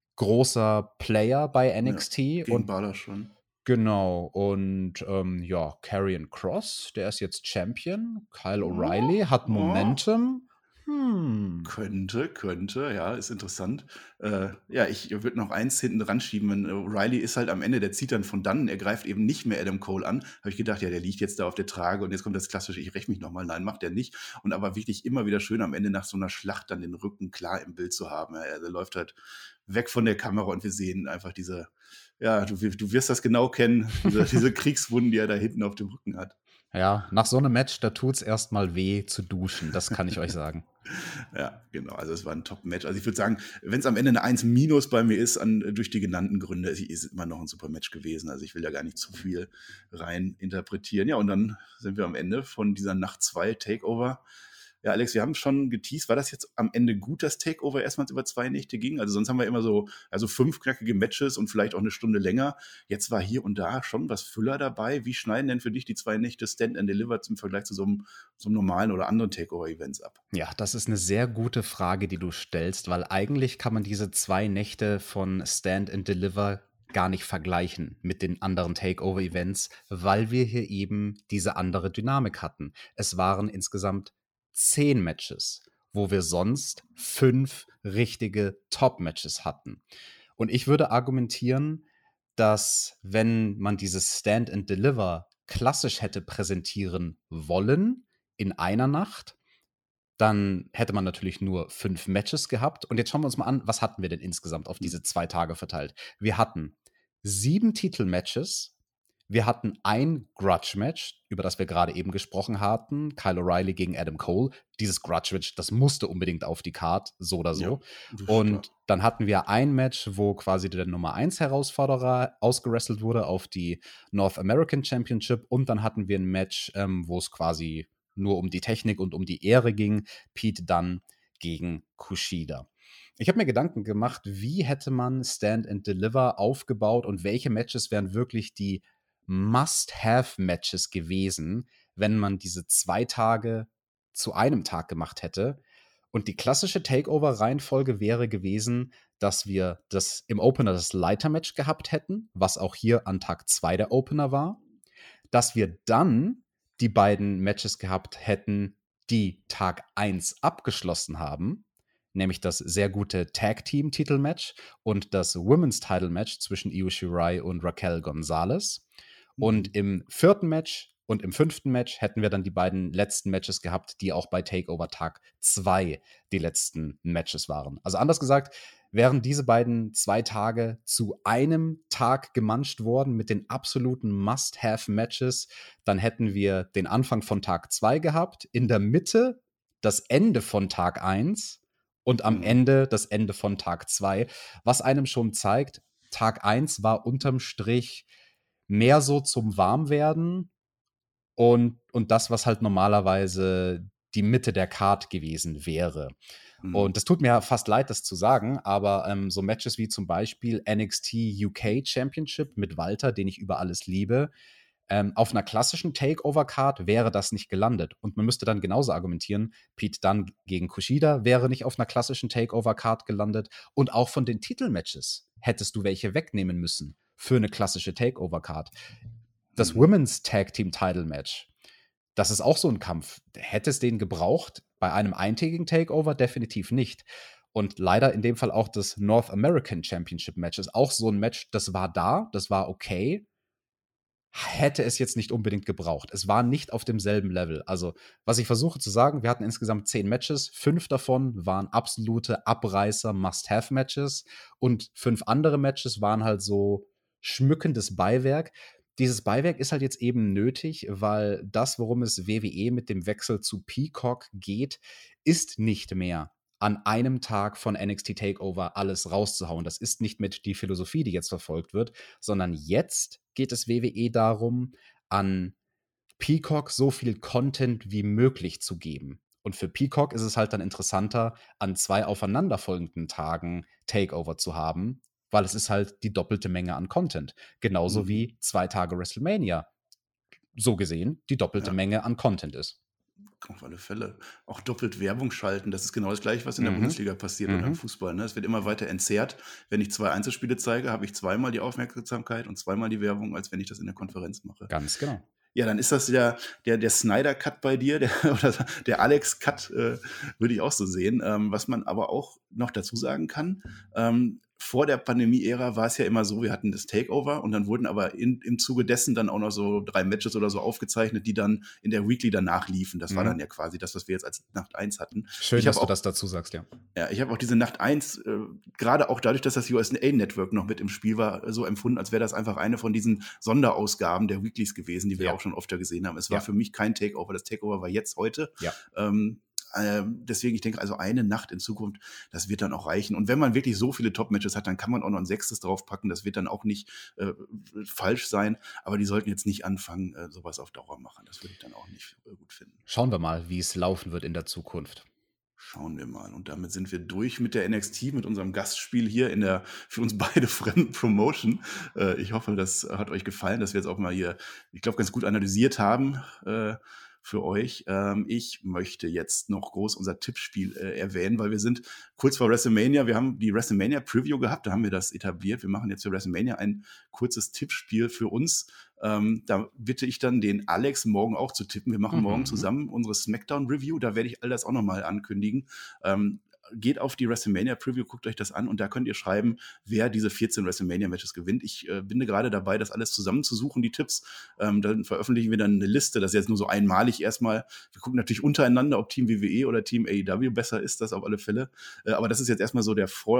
großer Player bei NXT. Ja, gegen Balor schon. Genau. Und ja, Karrion Kross, der ist jetzt Champion. Kyle O'Reilly hat Momentum. Könnte, ja, ist interessant. Ja, ich würde noch eins hinten dran schieben. Wenn O'Reilly ist halt am Ende, der zieht dann von dannen, er greift eben nicht mehr Adam Cole an. Habe ich gedacht, ja, der liegt jetzt da auf der Trage und jetzt kommt das klassische, ich räche mich nochmal. Nein, macht er nicht. Und aber wirklich immer wieder schön am Ende nach so einer Schlacht dann den Rücken klar im Bild zu haben. Ja, der läuft halt weg von der Kamera und wir sehen einfach diese, ja, du wirst das genau kennen, diese Kriegswunden, die er da hinten auf dem Rücken hat. Ja, nach so einem Match, da tut's erstmal weh zu duschen, das kann ich euch sagen. Ja, genau. Also es war ein Top-Match. Also ich würde sagen, wenn es am Ende eine 1- bei mir ist, durch die genannten Gründe, ist es immer noch ein super Match gewesen. Also ich will da gar nicht zu viel rein interpretieren. Ja, und dann sind wir am Ende von dieser Nacht 2 Takeover. Ja, Alex, wir haben schon geteased. War das jetzt am Ende gut, dass Takeover erstmals über 2 Nächte ging? Also sonst haben wir immer so 5 knackige Matches und vielleicht auch eine Stunde länger. Jetzt war hier und da schon was Füller dabei. Wie schneiden denn für dich die 2 Nächte Stand and Deliver im Vergleich zu so einem normalen oder anderen Takeover-Events ab? Ja, das ist eine sehr gute Frage, die du stellst, weil eigentlich kann man diese 2 Nächte von Stand and Deliver gar nicht vergleichen mit den anderen Takeover-Events, weil wir hier eben diese andere Dynamik hatten. Es waren insgesamt 10 Matches, wo wir sonst 5 richtige Top-Matches hatten. Und ich würde argumentieren, dass wenn man dieses Stand and Deliver klassisch hätte präsentieren wollen in einer Nacht, dann hätte man natürlich nur 5 Matches gehabt. Und jetzt schauen wir uns mal an, was hatten wir denn insgesamt auf diese 2 Tage verteilt? Wir hatten 7 Titelmatches, Wir hatten ein Grudge-Match, über das wir gerade eben gesprochen hatten, Kyle O'Reilly gegen Adam Cole. Dieses Grudge-Match, das musste unbedingt auf die Card, so oder so. Ja, Und dann hatten wir ein Match, wo quasi der Nummer 1 Herausforderer ausgerestelt wurde auf die North American Championship. Und dann hatten wir ein Match, wo es quasi nur um die Technik und um die Ehre ging. Pete Dunne gegen Kushida. Ich habe mir Gedanken gemacht, wie hätte man Stand and Deliver aufgebaut und welche Matches wären wirklich die Must-Have-Matches gewesen, wenn man diese 2 Tage zu einem Tag gemacht hätte. Und die klassische Takeover-Reihenfolge wäre gewesen, dass wir im Opener das Leiter-Match gehabt hätten, was auch hier an Tag 2 der Opener war, dass wir dann die beiden Matches gehabt hätten, die Tag 1 abgeschlossen haben, nämlich das sehr gute Tag-Team-Titel-Match und das Women's-Title-Match zwischen Io Shirai und Raquel Gonzalez. Und im 4. Match und im 5. Match hätten wir dann die beiden letzten Matches gehabt, die auch bei Takeover Tag 2 die letzten Matches waren. Also anders gesagt, wären diese beiden 2 Tage zu einem Tag gemanscht worden mit den absoluten Must-Have-Matches, dann hätten wir den Anfang von Tag 2 gehabt, in der Mitte das Ende von Tag 1 und am Ende das Ende von Tag 2, was einem schon zeigt, Tag 1 war unterm Strich mehr so zum Warmwerden und das, was halt normalerweise die Mitte der Card gewesen wäre. Und das tut mir fast leid, das zu sagen, aber so Matches wie zum Beispiel NXT UK Championship mit Walter, den ich über alles liebe, auf einer klassischen Takeover-Card wäre das nicht gelandet. Und man müsste dann genauso argumentieren, Pete Dunne gegen Kushida wäre nicht auf einer klassischen Takeover-Card gelandet. Und auch von den Titelmatches hättest du welche wegnehmen müssen für eine klassische Takeover-Card. Das Women's Tag Team Title Match, das ist auch so ein Kampf. Hätte es den gebraucht bei einem eintägigen Takeover? Definitiv nicht. Und leider in dem Fall auch das North American Championship Match ist auch so ein Match, das war da, das war okay, hätte es jetzt nicht unbedingt gebraucht. Es war nicht auf demselben Level. Also, was ich versuche zu sagen, wir hatten insgesamt 10 Matches, 5 davon waren absolute Abreißer, Must-Have-Matches und 5 andere Matches waren halt so schmückendes Beiwerk. Dieses Beiwerk ist halt jetzt eben nötig, weil das, worum es WWE mit dem Wechsel zu Peacock geht, ist nicht mehr an einem Tag von NXT TakeOver alles rauszuhauen. Das ist nicht mit die Philosophie, die jetzt verfolgt wird, sondern jetzt geht es WWE darum, an Peacock so viel Content wie möglich zu geben. Und für Peacock ist es halt dann interessanter, an 2 aufeinanderfolgenden Tagen Takeover zu haben, weil es ist halt die doppelte Menge an Content. Genauso wie 2 Tage WrestleMania, so gesehen, die doppelte Menge an Content ist. Auf alle Fälle. Auch doppelt Werbung schalten, das ist genau das Gleiche, was in der Bundesliga passiert oder im Fußball. Ne? Es wird immer weiter entzerrt. Wenn ich 2 Einzelspiele zeige, habe ich zweimal die Aufmerksamkeit und zweimal die Werbung, als wenn ich das in der Konferenz mache. Ganz genau. Ja, dann ist das der Snyder-Cut bei dir, oder der Alex-Cut, würde ich auch so sehen. Was man aber auch noch dazu sagen kann, vor der Pandemie-Ära war es ja immer so, wir hatten das Takeover und dann wurden aber im Zuge dessen dann auch noch so 3 Matches oder so aufgezeichnet, die dann in der Weekly danach liefen. Das war dann ja quasi das, was wir jetzt als Nacht 1 hatten. Schön, dass du das dazu sagst, ja. Ja, ich habe auch diese Nacht 1, gerade auch dadurch, dass das USA-Network noch mit im Spiel war, so empfunden, als wäre das einfach eine von diesen Sonderausgaben der Weeklies gewesen, die wir auch schon öfter gesehen haben. Es war für mich kein Takeover. Das Takeover war jetzt heute. Ja. Deswegen, ich denke, also eine Nacht in Zukunft, das wird dann auch reichen. Und wenn man wirklich so viele Top-Matches hat, dann kann man auch noch ein 6. draufpacken. Das wird dann auch nicht falsch sein. Aber die sollten jetzt nicht anfangen, sowas auf Dauer machen. Das würde ich dann auch nicht gut finden. Schauen wir mal, wie es laufen wird in der Zukunft. Schauen wir mal. Und damit sind wir durch mit der NXT, mit unserem Gastspiel hier in der für uns beide fremden Promotion. Ich hoffe, das hat euch gefallen, dass wir jetzt auch mal hier, ich glaube, ganz gut analysiert haben für euch. Ich möchte jetzt noch groß unser Tippspiel erwähnen, weil wir sind kurz vor WrestleMania. Wir haben die WrestleMania-Preview gehabt, da haben wir das etabliert. Wir machen jetzt für WrestleMania ein kurzes Tippspiel für uns. Da bitte ich dann den Alex morgen auch zu tippen. Wir machen morgen zusammen unsere SmackDown-Review. Da werde ich all das auch nochmal ankündigen. Geht auf die WrestleMania-Preview, guckt euch das an und da könnt ihr schreiben, wer diese 14 WrestleMania-Matches gewinnt. Ich bin gerade dabei, das alles zusammenzusuchen, die Tipps. Dann veröffentlichen wir dann eine Liste. Das ist jetzt nur so einmalig erstmal. Wir gucken natürlich untereinander, ob Team WWE oder Team AEW besser ist, das auf alle Fälle. Aber das ist jetzt erstmal so der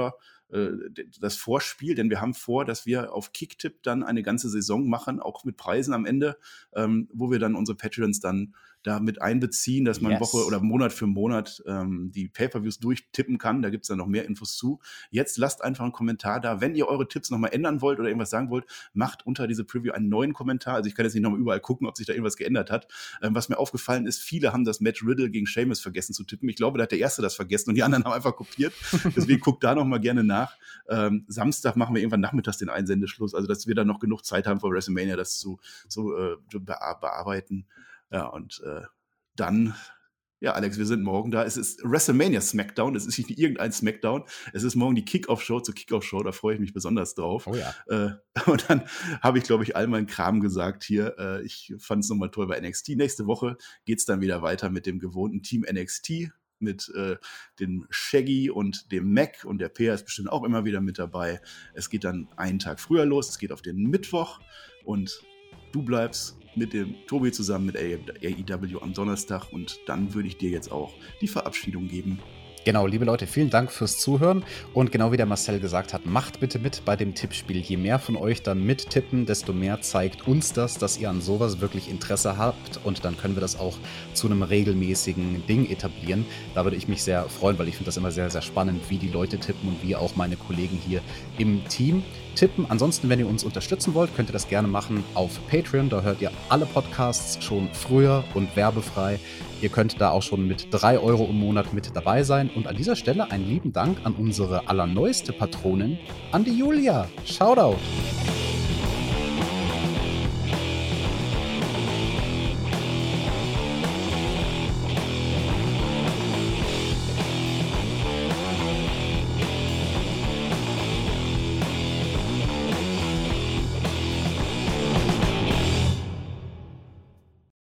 das Vorspiel, denn wir haben vor, dass wir auf Kicktipp dann eine ganze Saison machen, auch mit Preisen am Ende, wo wir dann unsere Patreons dann da mit einbeziehen, dass man Woche oder Monat für Monat die Pay-Per-Views durchtippen kann. Da gibt es dann noch mehr Infos zu. Jetzt lasst einfach einen Kommentar da. Wenn ihr eure Tipps nochmal ändern wollt oder irgendwas sagen wollt, macht unter diese Preview einen neuen Kommentar. Also ich kann jetzt nicht nochmal überall gucken, ob sich da irgendwas geändert hat. Was mir aufgefallen ist, viele haben das Match Riddle gegen Sheamus vergessen zu tippen. Ich glaube, da hat der Erste das vergessen und die anderen haben einfach kopiert. Deswegen guckt da nochmal gerne nach. Samstag machen wir irgendwann nachmittags den Einsendeschluss, also dass wir dann noch genug Zeit haben vor WrestleMania, das zu bearbeiten. Ja, und dann, ja, Alex, wir sind morgen da. Es ist WrestleMania Smackdown, es ist nicht irgendein Smackdown. Es ist morgen die Kickoff-Show zur Kickoff-Show, da freue ich mich besonders drauf. Oh ja. Und dann habe ich, glaube ich, all meinen Kram gesagt hier. Ich fand es nochmal toll bei NXT. Nächste Woche geht es dann wieder weiter mit dem gewohnten Team NXT, mit dem Shaggy und dem Mac, und der Peer ist bestimmt auch immer wieder mit dabei. Es geht dann einen Tag früher los, es geht auf den Mittwoch, und du bleibst mit dem Tobi zusammen mit AEW am Donnerstag, und dann würde ich dir jetzt auch die Verabschiedung geben. Genau, liebe Leute, vielen Dank fürs Zuhören, und genau wie der Marcel gesagt hat, macht bitte mit bei dem Tippspiel. Je mehr von euch da mittippen, desto mehr zeigt uns das, dass ihr an sowas wirklich Interesse habt, und dann können wir das auch zu einem regelmäßigen Ding etablieren. Da würde ich mich sehr freuen, weil ich finde das immer sehr, sehr spannend, wie die Leute tippen und wie auch meine Kollegen hier im Team tippen. Ansonsten, wenn ihr uns unterstützen wollt, könnt ihr das gerne machen auf Patreon. Da hört ihr alle Podcasts schon früher und werbefrei. Ihr könnt da auch schon mit 3 € im Monat mit dabei sein. Und an dieser Stelle einen lieben Dank an unsere allerneueste Patronin, an die Julia. Shoutout!